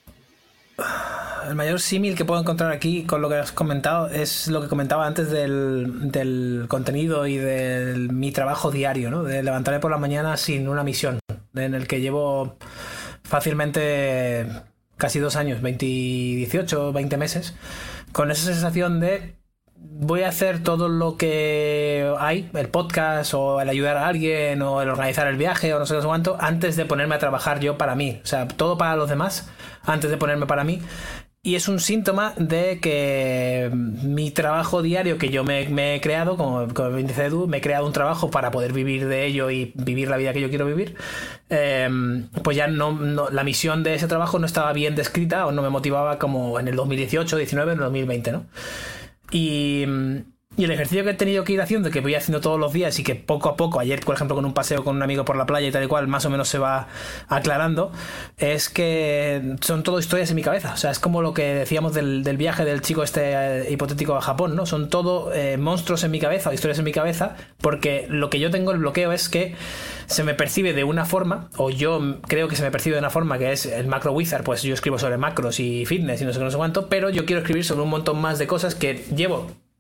El mayor símil que puedo encontrar aquí con lo que has comentado es lo que comentaba antes del, del contenido y de mi trabajo diario, ¿no? De levantarme por la mañana sin una misión, en el que llevo fácilmente casi dos años, veinte, dieciocho, veinte meses, con esa sensación de voy a hacer todo lo que hay, el podcast o el ayudar a alguien o el organizar el viaje o no sé cuánto, antes de ponerme a trabajar yo para mí. O sea, todo para los demás antes de ponerme para mí. Y es un síntoma de que mi trabajo diario que yo me, me he creado, como, como dice Edu, me he creado un trabajo para poder vivir de ello y vivir la vida que yo quiero vivir, eh, pues ya no, no, la misión de ese trabajo no estaba bien descrita o no me motivaba como en el dos mil dieciocho, diecinueve, en el dos mil veinte, ¿no? Y... Y el ejercicio que he tenido que ir haciendo, que voy haciendo todos los días y que poco a poco, ayer por ejemplo con un paseo con un amigo por la playa y tal y cual, más o menos se va aclarando, es que son todo historias en mi cabeza. O sea, es como lo que decíamos del, del viaje del chico este eh, hipotético a Japón, ¿no? Son todo eh, monstruos en mi cabeza o historias en mi cabeza, porque lo que yo tengo el bloqueo es que se me percibe de una forma, o yo creo que se me percibe de una forma, que es el macro wizard, pues yo escribo sobre macros y fitness y no sé qué, no sé cuánto, pero yo quiero escribir sobre un montón más de cosas que llevo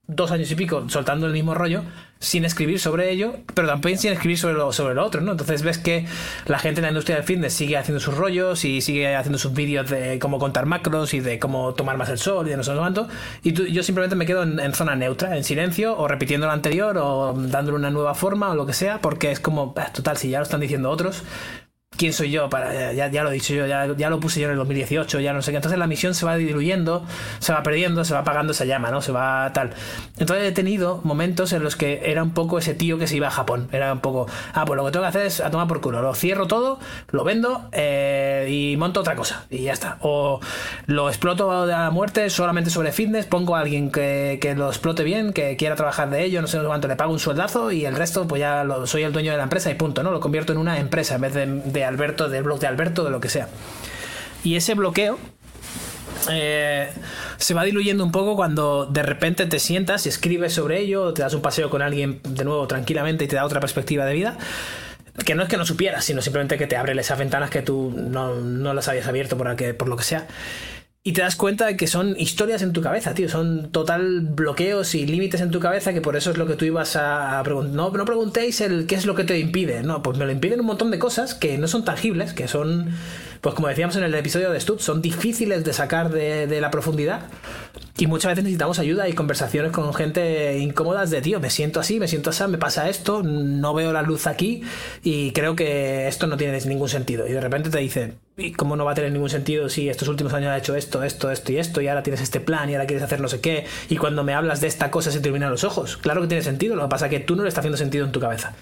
dos años y pico soltando el mismo rollo sin escribir sobre ello, pero también sin escribir sobre lo, sobre lo otro, ¿no? Entonces ves que la gente en la industria del fitness sigue haciendo sus rollos y sigue haciendo sus vídeos de cómo contar macros y de cómo tomar más el sol y de no sé cuánto, y tú, yo simplemente me quedo en, en zona neutra, en silencio, o repitiendo lo anterior o dándole una nueva forma o lo que sea, porque es como, eh, total, si ya lo están diciendo otros, ¿quién soy yo? Para, ya, ya lo he dicho yo, ya, ya lo puse yo en el dos mil dieciocho, ya no sé qué. Entonces la misión se va diluyendo, se va perdiendo, se va apagando esa llama, ¿no? Se va tal. Entonces he tenido momentos en los que era un poco ese tío que se iba a Japón. Era un poco, ah, pues lo que tengo que hacer es a tomar por culo. Lo cierro todo, lo vendo eh, y monto otra cosa. Y ya está. O lo exploto de la muerte solamente sobre fitness, pongo a alguien que, que lo explote bien, que quiera trabajar de ello, no sé cuánto, le pago un sueldazo y el resto, pues ya lo, soy el dueño de la empresa y punto, ¿no? Lo convierto en una empresa en vez de, de Alberto, del blog de Alberto, de lo que sea. Y ese bloqueo eh, se va diluyendo un poco cuando de repente te sientas y escribes sobre ello, te das un paseo con alguien de nuevo tranquilamente y te da otra perspectiva de vida, que no es que no supieras, sino simplemente que te abre esas ventanas que tú no, no las habías abierto por, que, por lo que sea. Y te das cuenta de que son historias en tu cabeza, tío. Son total bloqueos y límites en tu cabeza, que por eso es lo que tú ibas a preguntar. No, no preguntéis el qué es lo que te impide. No, pues me lo impiden un montón de cosas que no son tangibles, que son, pues como decíamos en el episodio de Stutz, son difíciles de sacar de, de la profundidad. Y muchas veces necesitamos ayuda y conversaciones con gente incómodas de, tío, me siento así, me siento así, me pasa esto, no veo la luz aquí y creo que esto no tiene ningún sentido. Y de repente te dice, ¿y cómo no va a tener ningún sentido si estos últimos años has hecho esto, esto, esto y esto y ahora tienes este plan y ahora quieres hacer no sé qué y cuando me hablas de esta cosa se te iluminan los ojos? Claro que tiene sentido, lo que pasa es que tú no le estás haciendo sentido en tu cabeza.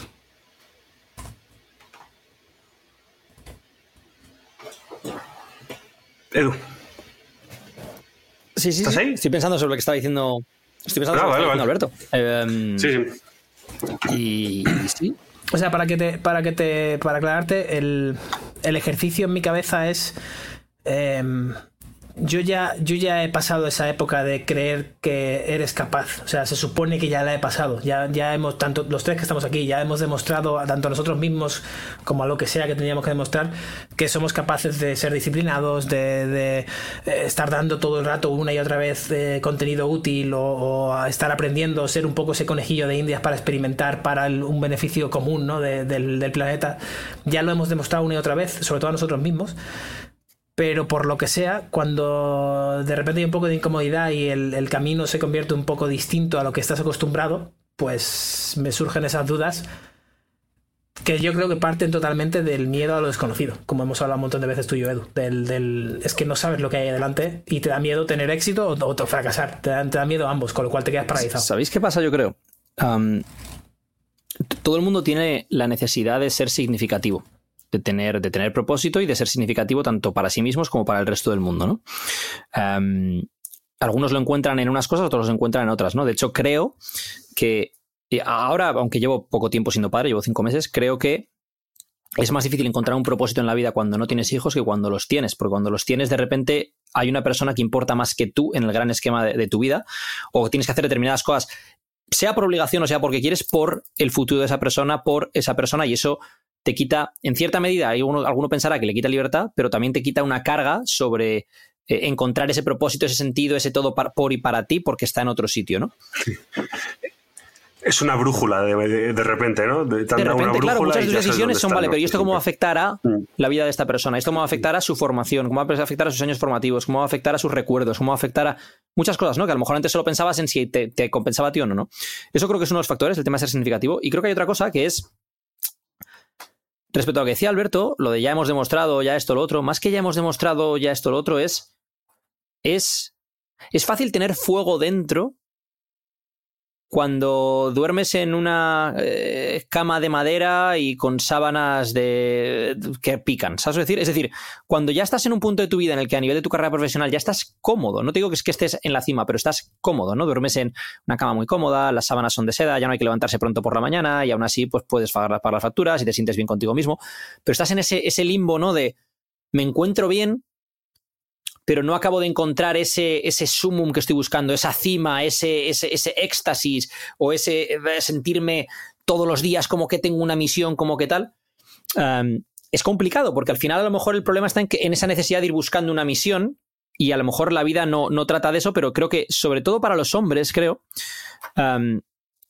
Edu. Sí, sí, ¿Estás sí. ahí? Estoy pensando sobre lo que estaba diciendo. Estoy pensando Ah, sobre vale, lo que estaba vale. diciendo Alberto. Eh, Sí, sí. Y, y sí. O sea, para que te, para que te, para aclararte, el, el ejercicio en mi cabeza es, eh, yo ya, yo ya he pasado esa época de creer que eres capaz. O sea, se supone que ya la he pasado. Ya, ya hemos, tanto los tres que estamos aquí, ya hemos demostrado tanto a nosotros mismos como a lo que sea que teníamos que demostrar que somos capaces de ser disciplinados, de, de eh, estar dando todo el rato una y otra vez eh, contenido útil o, o a estar aprendiendo, ser un poco ese conejillo de indias para experimentar para el, un beneficio común, ¿no? de, del, del planeta. Ya lo hemos demostrado una y otra vez, sobre todo a nosotros mismos. Pero por lo que sea, cuando de repente hay un poco de incomodidad y el, el camino se convierte un poco distinto a lo que estás acostumbrado, pues me surgen esas dudas que yo creo que parten totalmente del miedo a lo desconocido, como hemos hablado un montón de veces tú y yo, Edu. Del, del, es que no sabes lo que hay adelante y te da miedo tener éxito o, o fracasar. Te da, te da miedo ambos, con lo cual te quedas paralizado. ¿Sabéis qué pasa? Yo creo. Um, todo el mundo tiene la necesidad de ser significativo. De tener, de tener propósito y de ser significativo tanto para sí mismos como para el resto del mundo, ¿no? Um, algunos lo encuentran en unas cosas, otros lo encuentran en otras, ¿no? De hecho, creo que ahora, aunque llevo poco tiempo siendo padre, llevo cinco meses, creo que es más difícil encontrar un propósito en la vida cuando no tienes hijos que cuando los tienes, porque cuando los tienes de repente hay una persona que importa más que tú en el gran esquema de, de tu vida, o tienes que hacer determinadas cosas, sea por obligación o sea porque quieres, por el futuro de esa persona, por esa persona, y eso te quita, en cierta medida, alguno, alguno pensará que le quita libertad, pero también te quita una carga sobre eh, encontrar ese propósito, ese sentido, ese todo par, por y para ti, porque está en otro sitio, ¿no? Sí. Es una brújula de, de, de repente, ¿no? De, de repente, una claro, muchas de tus decisiones son, vale, ¿no? pero ¿y esto cómo va a afectar a la vida de esta persona? ¿Esto cómo va a afectar a su formación? ¿Cómo va a afectar a sus años formativos? ¿Cómo va a afectar a sus recuerdos? ¿Cómo va a afectar a muchas cosas, ¿no? Que a lo mejor antes solo pensabas en si te, te compensaba a ti o no, ¿no? Eso creo que es uno de los factores, el tema de ser significativo. Y creo que hay otra cosa que es, respecto a lo que decía Alberto, lo de ya hemos demostrado ya esto, lo otro, más que ya hemos demostrado ya esto, lo otro, es, es, es fácil tener fuego dentro cuando duermes en una eh, cama de madera y con sábanas de que pican, ¿sabes decir? Es decir, cuando ya estás en un punto de tu vida en el que a nivel de tu carrera profesional ya estás cómodo, no te digo que es que estés en la cima, pero estás cómodo, ¿no? Duermes en una cama muy cómoda, las sábanas son de seda, ya no hay que levantarse pronto por la mañana y aún así pues puedes pagar, pagar las facturas y te sientes bien contigo mismo, pero estás en ese, ese limbo, ¿no? De me encuentro bien, pero no acabo de encontrar ese, ese sumum que estoy buscando, esa cima, ese, ese, ese éxtasis o ese sentirme todos los días como que tengo una misión, como que tal. Um, es complicado porque al final a lo mejor el problema está en, que, en esa necesidad de ir buscando una misión y a lo mejor la vida no, no trata de eso, pero creo que, sobre todo para los hombres, creo... Um,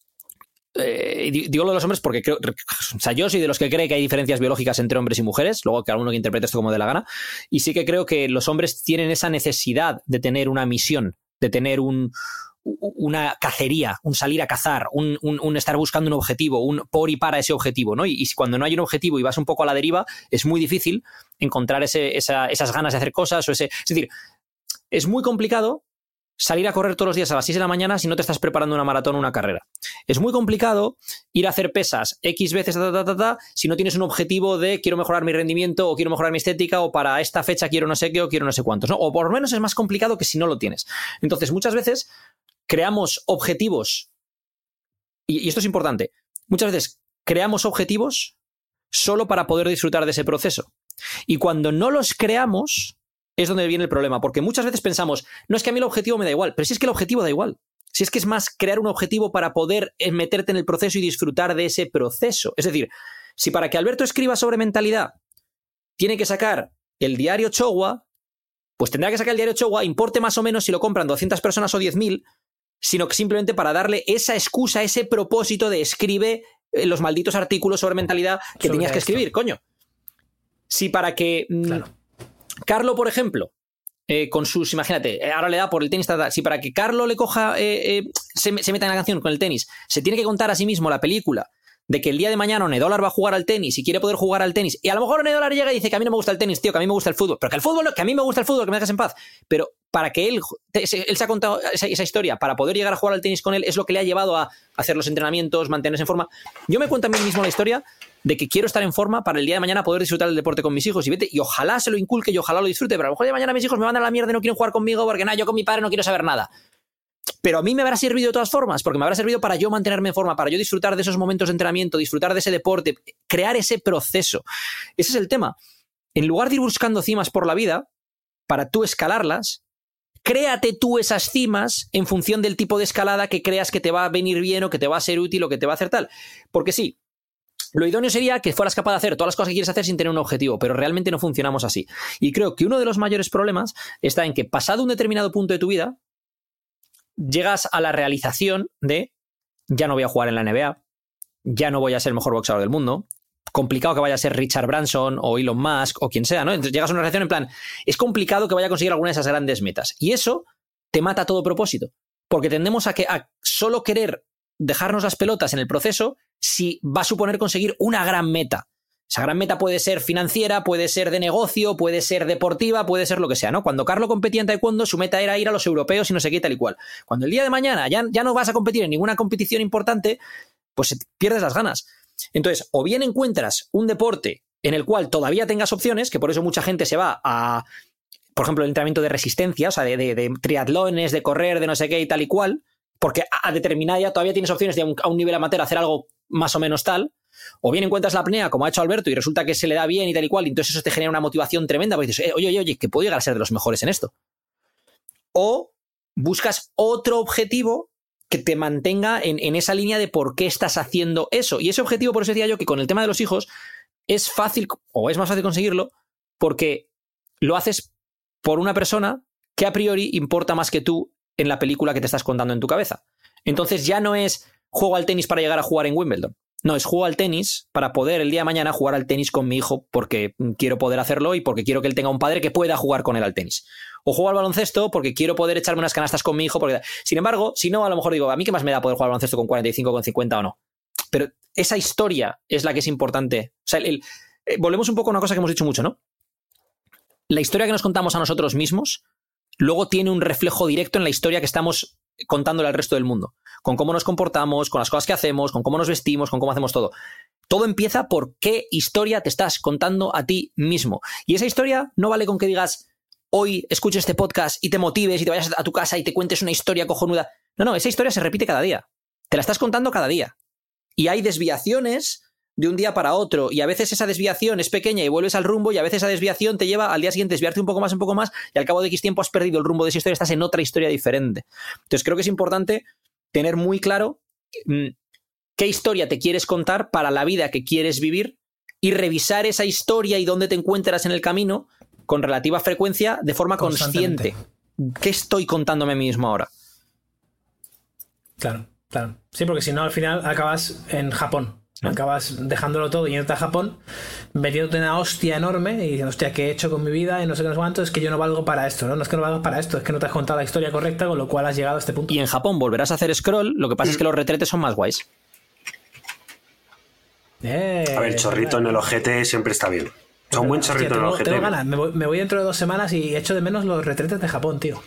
eh, digo lo de los hombres porque creo... O sea, yo soy de los que cree que hay diferencias biológicas entre hombres y mujeres, luego cada uno que interprete esto como dé la gana, y sí que creo que los hombres tienen esa necesidad de tener una misión, de tener un... una cacería, un salir a cazar, un, un, un estar buscando un objetivo, un por y para ese objetivo, ¿no? Y, y cuando no hay un objetivo y vas un poco a la deriva, es muy difícil encontrar ese, esa, esas ganas de hacer cosas o ese... Es decir, es muy complicado salir a correr todos los días a las seis de la mañana si no te estás preparando una maratón o una carrera. Es muy complicado ir a hacer pesas X veces ta, ta, ta, ta, si no tienes un objetivo de quiero mejorar mi rendimiento o quiero mejorar mi estética o para esta fecha quiero no sé qué o quiero no sé cuántos, ¿no? O por lo menos es más complicado que si no lo tienes. Entonces, muchas veces creamos objetivos, y, y esto es importante, muchas veces creamos objetivos solo para poder disfrutar de ese proceso. Y cuando no los creamos, es donde viene el problema, porque muchas veces pensamos, no es que a mí el objetivo me da igual, pero si es que el objetivo da igual. Si es que es más crear un objetivo para poder meterte en el proceso y disfrutar de ese proceso. Es decir, si para que Alberto escriba sobre mentalidad tiene que sacar el diario Chowa, pues tendrá que sacar el diario Chowa, importe más o menos si lo compran doscientas personas o diez mil, sino que simplemente para darle esa excusa, ese propósito de escribe los malditos artículos sobre mentalidad que sobre tenías que esto. escribir, coño. Si para que... Claro. Carlo, por ejemplo, eh, con sus... Imagínate, ahora le da por el tenis, tal, tal, si para que Carlo le coja... Eh, eh, se, se meta en la canción con el tenis, se tiene que contar a sí mismo la película de que el día de mañana Onedolar va a jugar al tenis y quiere poder jugar al tenis, y a lo mejor Onedolar llega y dice que a mí no me gusta el tenis, tío, que a mí me gusta el fútbol, pero que el fútbol, que a mí me gusta el fútbol, que me dejes en paz. Pero para que él, él se ha contado esa, esa historia, para poder llegar a jugar al tenis con él, es lo que le ha llevado a hacer los entrenamientos, mantenerse en forma. Yo me cuento a mí mismo la historia de que quiero estar en forma para el día de mañana poder disfrutar del deporte con mis hijos, y vete, y ojalá se lo inculque y ojalá lo disfrute, pero a lo mejor de mañana mis hijos me mandan a la mierda y no quieren jugar conmigo porque nada, yo con mi padre no quiero saber nada. Pero a mí me habrá servido de todas formas, porque me habrá servido para yo mantenerme en forma, para yo disfrutar de esos momentos de entrenamiento, disfrutar de ese deporte, crear ese proceso. Ese es el tema. En lugar de ir buscando cimas por la vida, para tú escalarlas, créate tú esas cimas en función del tipo de escalada que creas que te va a venir bien o que te va a ser útil o que te va a hacer tal. Porque sí, lo idóneo sería que fueras capaz de hacer todas las cosas que quieres hacer sin tener un objetivo, pero realmente no funcionamos así. Y creo que uno de los mayores problemas está en que pasado un determinado punto de tu vida, llegas a la realización de ya no voy a jugar en la N B A, ya no voy a ser el mejor boxeador del mundo, complicado que vaya a ser Richard Branson o Elon Musk o quien sea, ¿no? Entonces llegas a una reacción en plan, es complicado que vaya a conseguir alguna de esas grandes metas. Y eso te mata todo propósito, porque tendemos a, que, a solo querer dejarnos las pelotas en el proceso si va a suponer conseguir una gran meta. Esa gran meta puede ser financiera, puede ser de negocio, puede ser deportiva, puede ser lo que sea, ¿no? Cuando Carlo competía en taekwondo, su meta era ir a los europeos y no sé qué, tal y cual. Cuando el día de mañana ya, ya no vas a competir en ninguna competición importante, pues pierdes las ganas. Entonces, o bien encuentras un deporte en el cual todavía tengas opciones, que por eso mucha gente se va a, por ejemplo, el entrenamiento de resistencia, o sea, de, de, de triatlones, de correr, de no sé qué y tal y cual, porque a, a determinada ya todavía tienes opciones de a un, a un nivel amateur hacer algo más o menos tal. O bien encuentras la apnea, como ha hecho Alberto, y resulta que se le da bien y tal y cual, y entonces eso te genera una motivación tremenda, porque dices, eh, oye, oye, oye, que puedo llegar a ser de los mejores en esto. O buscas otro objetivo que te mantenga en, en esa línea de por qué estás haciendo eso. Y ese objetivo, por eso decía yo que con el tema de los hijos, es fácil, o es más fácil conseguirlo, porque lo haces por una persona que a priori importa más que tú en la película que te estás contando en tu cabeza. Entonces ya no es juego al tenis para llegar a jugar en Wimbledon. No, es juego al tenis para poder el día de mañana jugar al tenis con mi hijo porque quiero poder hacerlo y porque quiero que él tenga un padre que pueda jugar con él al tenis. O juego al baloncesto porque quiero poder echarme unas canastas con mi hijo. Porque... Sin embargo, si no, a lo mejor digo, ¿a mí qué más me da poder jugar al baloncesto con cuarenta y cinco, con cincuenta o no? Pero esa historia es la que es importante. O sea, el, el, eh, volvemos un poco a una cosa que hemos dicho mucho, ¿no? La historia que nos contamos a nosotros mismos luego tiene un reflejo directo en la historia que estamos contándole al resto del mundo, con cómo nos comportamos, con las cosas que hacemos, con cómo nos vestimos, con cómo hacemos todo. Todo empieza por qué historia te estás contando a ti mismo. Y esa historia no vale con que digas, hoy escuches este podcast y te motives y te vayas a tu casa y te cuentes una historia cojonuda. No, no, esa historia se repite cada día. Te la estás contando cada día. Y hay desviaciones de un día para otro, y a veces esa desviación es pequeña y vuelves al rumbo, y a veces esa desviación te lleva al día siguiente a desviarte un poco más, un poco más, y al cabo de X tiempo has perdido el rumbo de esa historia, estás en otra historia diferente. Entonces creo que es importante tener muy claro mmm, qué historia te quieres contar para la vida que quieres vivir, y revisar esa historia y dónde te encuentras en el camino con relativa frecuencia de forma consciente. ¿Qué estoy contándome a mí mismo ahora? Claro, claro. Sí, porque si no, al final acabas en Japón. ¿Eh? Acabas dejándolo todo y yéndote a Japón, metiéndote una hostia enorme y diciendo, hostia, ¿qué he hecho con mi vida? Y no sé qué, no sé cuánto, es que yo no valgo para esto, ¿no? No es que no valgo para esto, es que no te has contado la historia correcta, con lo cual has llegado a este punto. Y en Japón volverás a hacer scroll, lo que pasa es que los retretes son más guays. Eh, a ver, chorrito en el ojete siempre está bien. Son un buen chorrito hostia, en el ojete. Tengo ganas, me voy, me voy dentro de dos semanas y echo de menos los retretes de Japón, tío.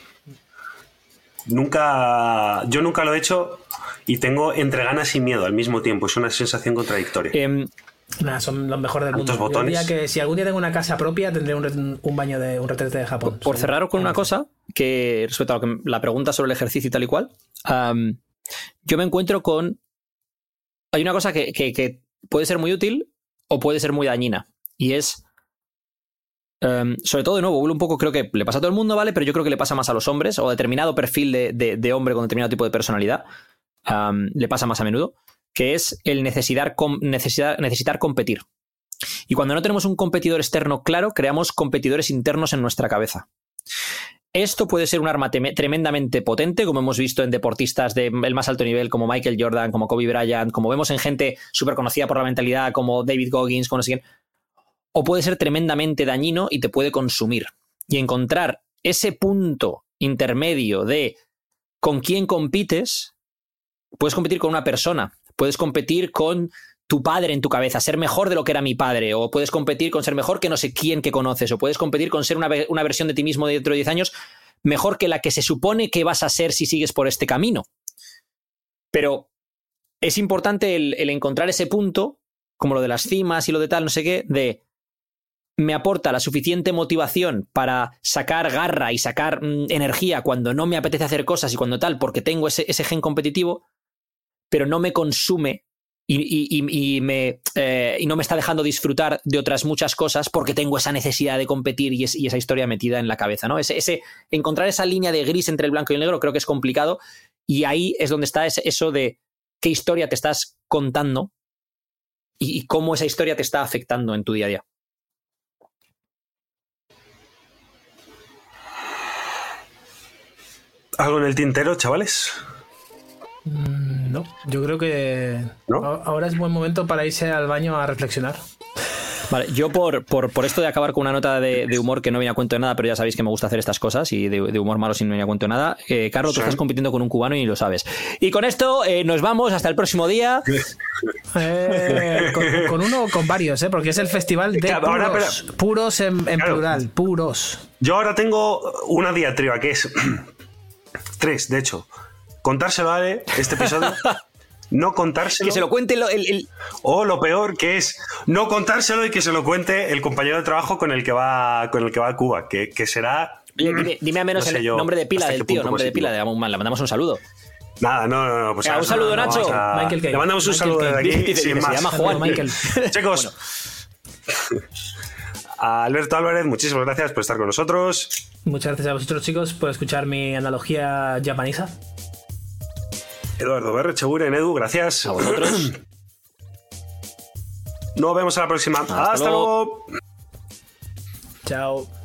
Nunca, yo nunca lo he hecho y tengo entre ganas y miedo al mismo tiempo. Es una sensación contradictoria. Eh, Nada, son los mejores del mundo. Yo diría que si algún día tengo una casa propia tendré un, un baño de un retrete de Japón. Por, por cerraros con una cosa que respecto a lo que, la pregunta sobre el ejercicio y tal y cual, um, yo me encuentro con hay una cosa que, que, que puede ser muy útil o puede ser muy dañina y es Um, sobre todo, de nuevo, un poco creo que le pasa a todo el mundo, ¿vale? Pero yo creo que le pasa más a los hombres o a determinado perfil de, de, de hombre con determinado tipo de personalidad. Um, le pasa más a menudo, que es el necesitar, com, necesitar, necesitar competir. Y cuando no tenemos un competidor externo claro, creamos competidores internos en nuestra cabeza. Esto puede ser un arma tremendamente potente, como hemos visto en deportistas del más alto nivel, como Michael Jordan, como Kobe Bryant, como vemos en gente súper conocida por la mentalidad, como David Goggins, como no sé quién. O puede ser tremendamente dañino y te puede consumir. Y encontrar ese punto intermedio de con quién compites, puedes competir con una persona, puedes competir con tu padre en tu cabeza, ser mejor de lo que era mi padre, o puedes competir con ser mejor que no sé quién que conoces, o puedes competir con ser una, una versión de ti mismo dentro de diez años mejor que la que se supone que vas a ser si sigues por este camino. Pero es importante el, el encontrar ese punto, como lo de las cimas y lo de tal, no sé qué, de me aporta la suficiente motivación para sacar garra y sacar mmm, energía cuando no me apetece hacer cosas y cuando tal, porque tengo ese, ese gen competitivo, pero no me consume y, y, y, y, me, eh, y no me está dejando disfrutar de otras muchas cosas porque tengo esa necesidad de competir y, es, y esa historia metida en la cabeza, ¿no? Ese, ese, encontrar esa línea de gris entre el blanco y el negro creo que es complicado y ahí es donde está ese, eso de qué historia te estás contando y, y cómo esa historia te está afectando en tu día a día. ¿Algo en el tintero, chavales? Mm, no, yo creo que ¿no? ahora es buen momento para irse al baño a reflexionar. Vale, yo por, por, por esto de acabar con una nota de, de humor que no viene a cuento de nada, pero ya sabéis que me gusta hacer estas cosas y de, de humor malo sin no viene a cuento de nada. Eh, Carlos, sí. Tú estás compitiendo con un cubano y lo sabes. Y con esto eh, nos vamos hasta el próximo día. Eh, con, con uno o con varios, ¿eh? Porque es el festival de puros, ahora, pero, puros en, en claro, plural, puros. Yo ahora tengo una diatriba que es... Tres, de hecho. Contárselo a Ale, este episodio. No contárselo. Que se lo cuente el, el, el... O lo peor, que es no contárselo y que se lo cuente el compañero de trabajo con el que va, con el que va a Cuba. Que, que será... Oye, dime, dime a menos no sé el yo, nombre de pila del tío, nombre de pila de Amon. Le mandamos un saludo. Nada, no, no, no. Pues eh, un saludo, no, Nacho. A... Michael Le mandamos un Michael saludo de aquí. Dice, sin que más. Se llama Juan. Michael. Chicos. Bueno. A Alberto Álvarez, muchísimas gracias por estar con nosotros. Muchas gracias a vosotros, chicos, por escuchar mi analogía japonesa. Eduardo Berre, Cheburen, Edu, gracias. A vosotros. Nos vemos a la próxima. Hasta, Hasta luego. luego. Chao.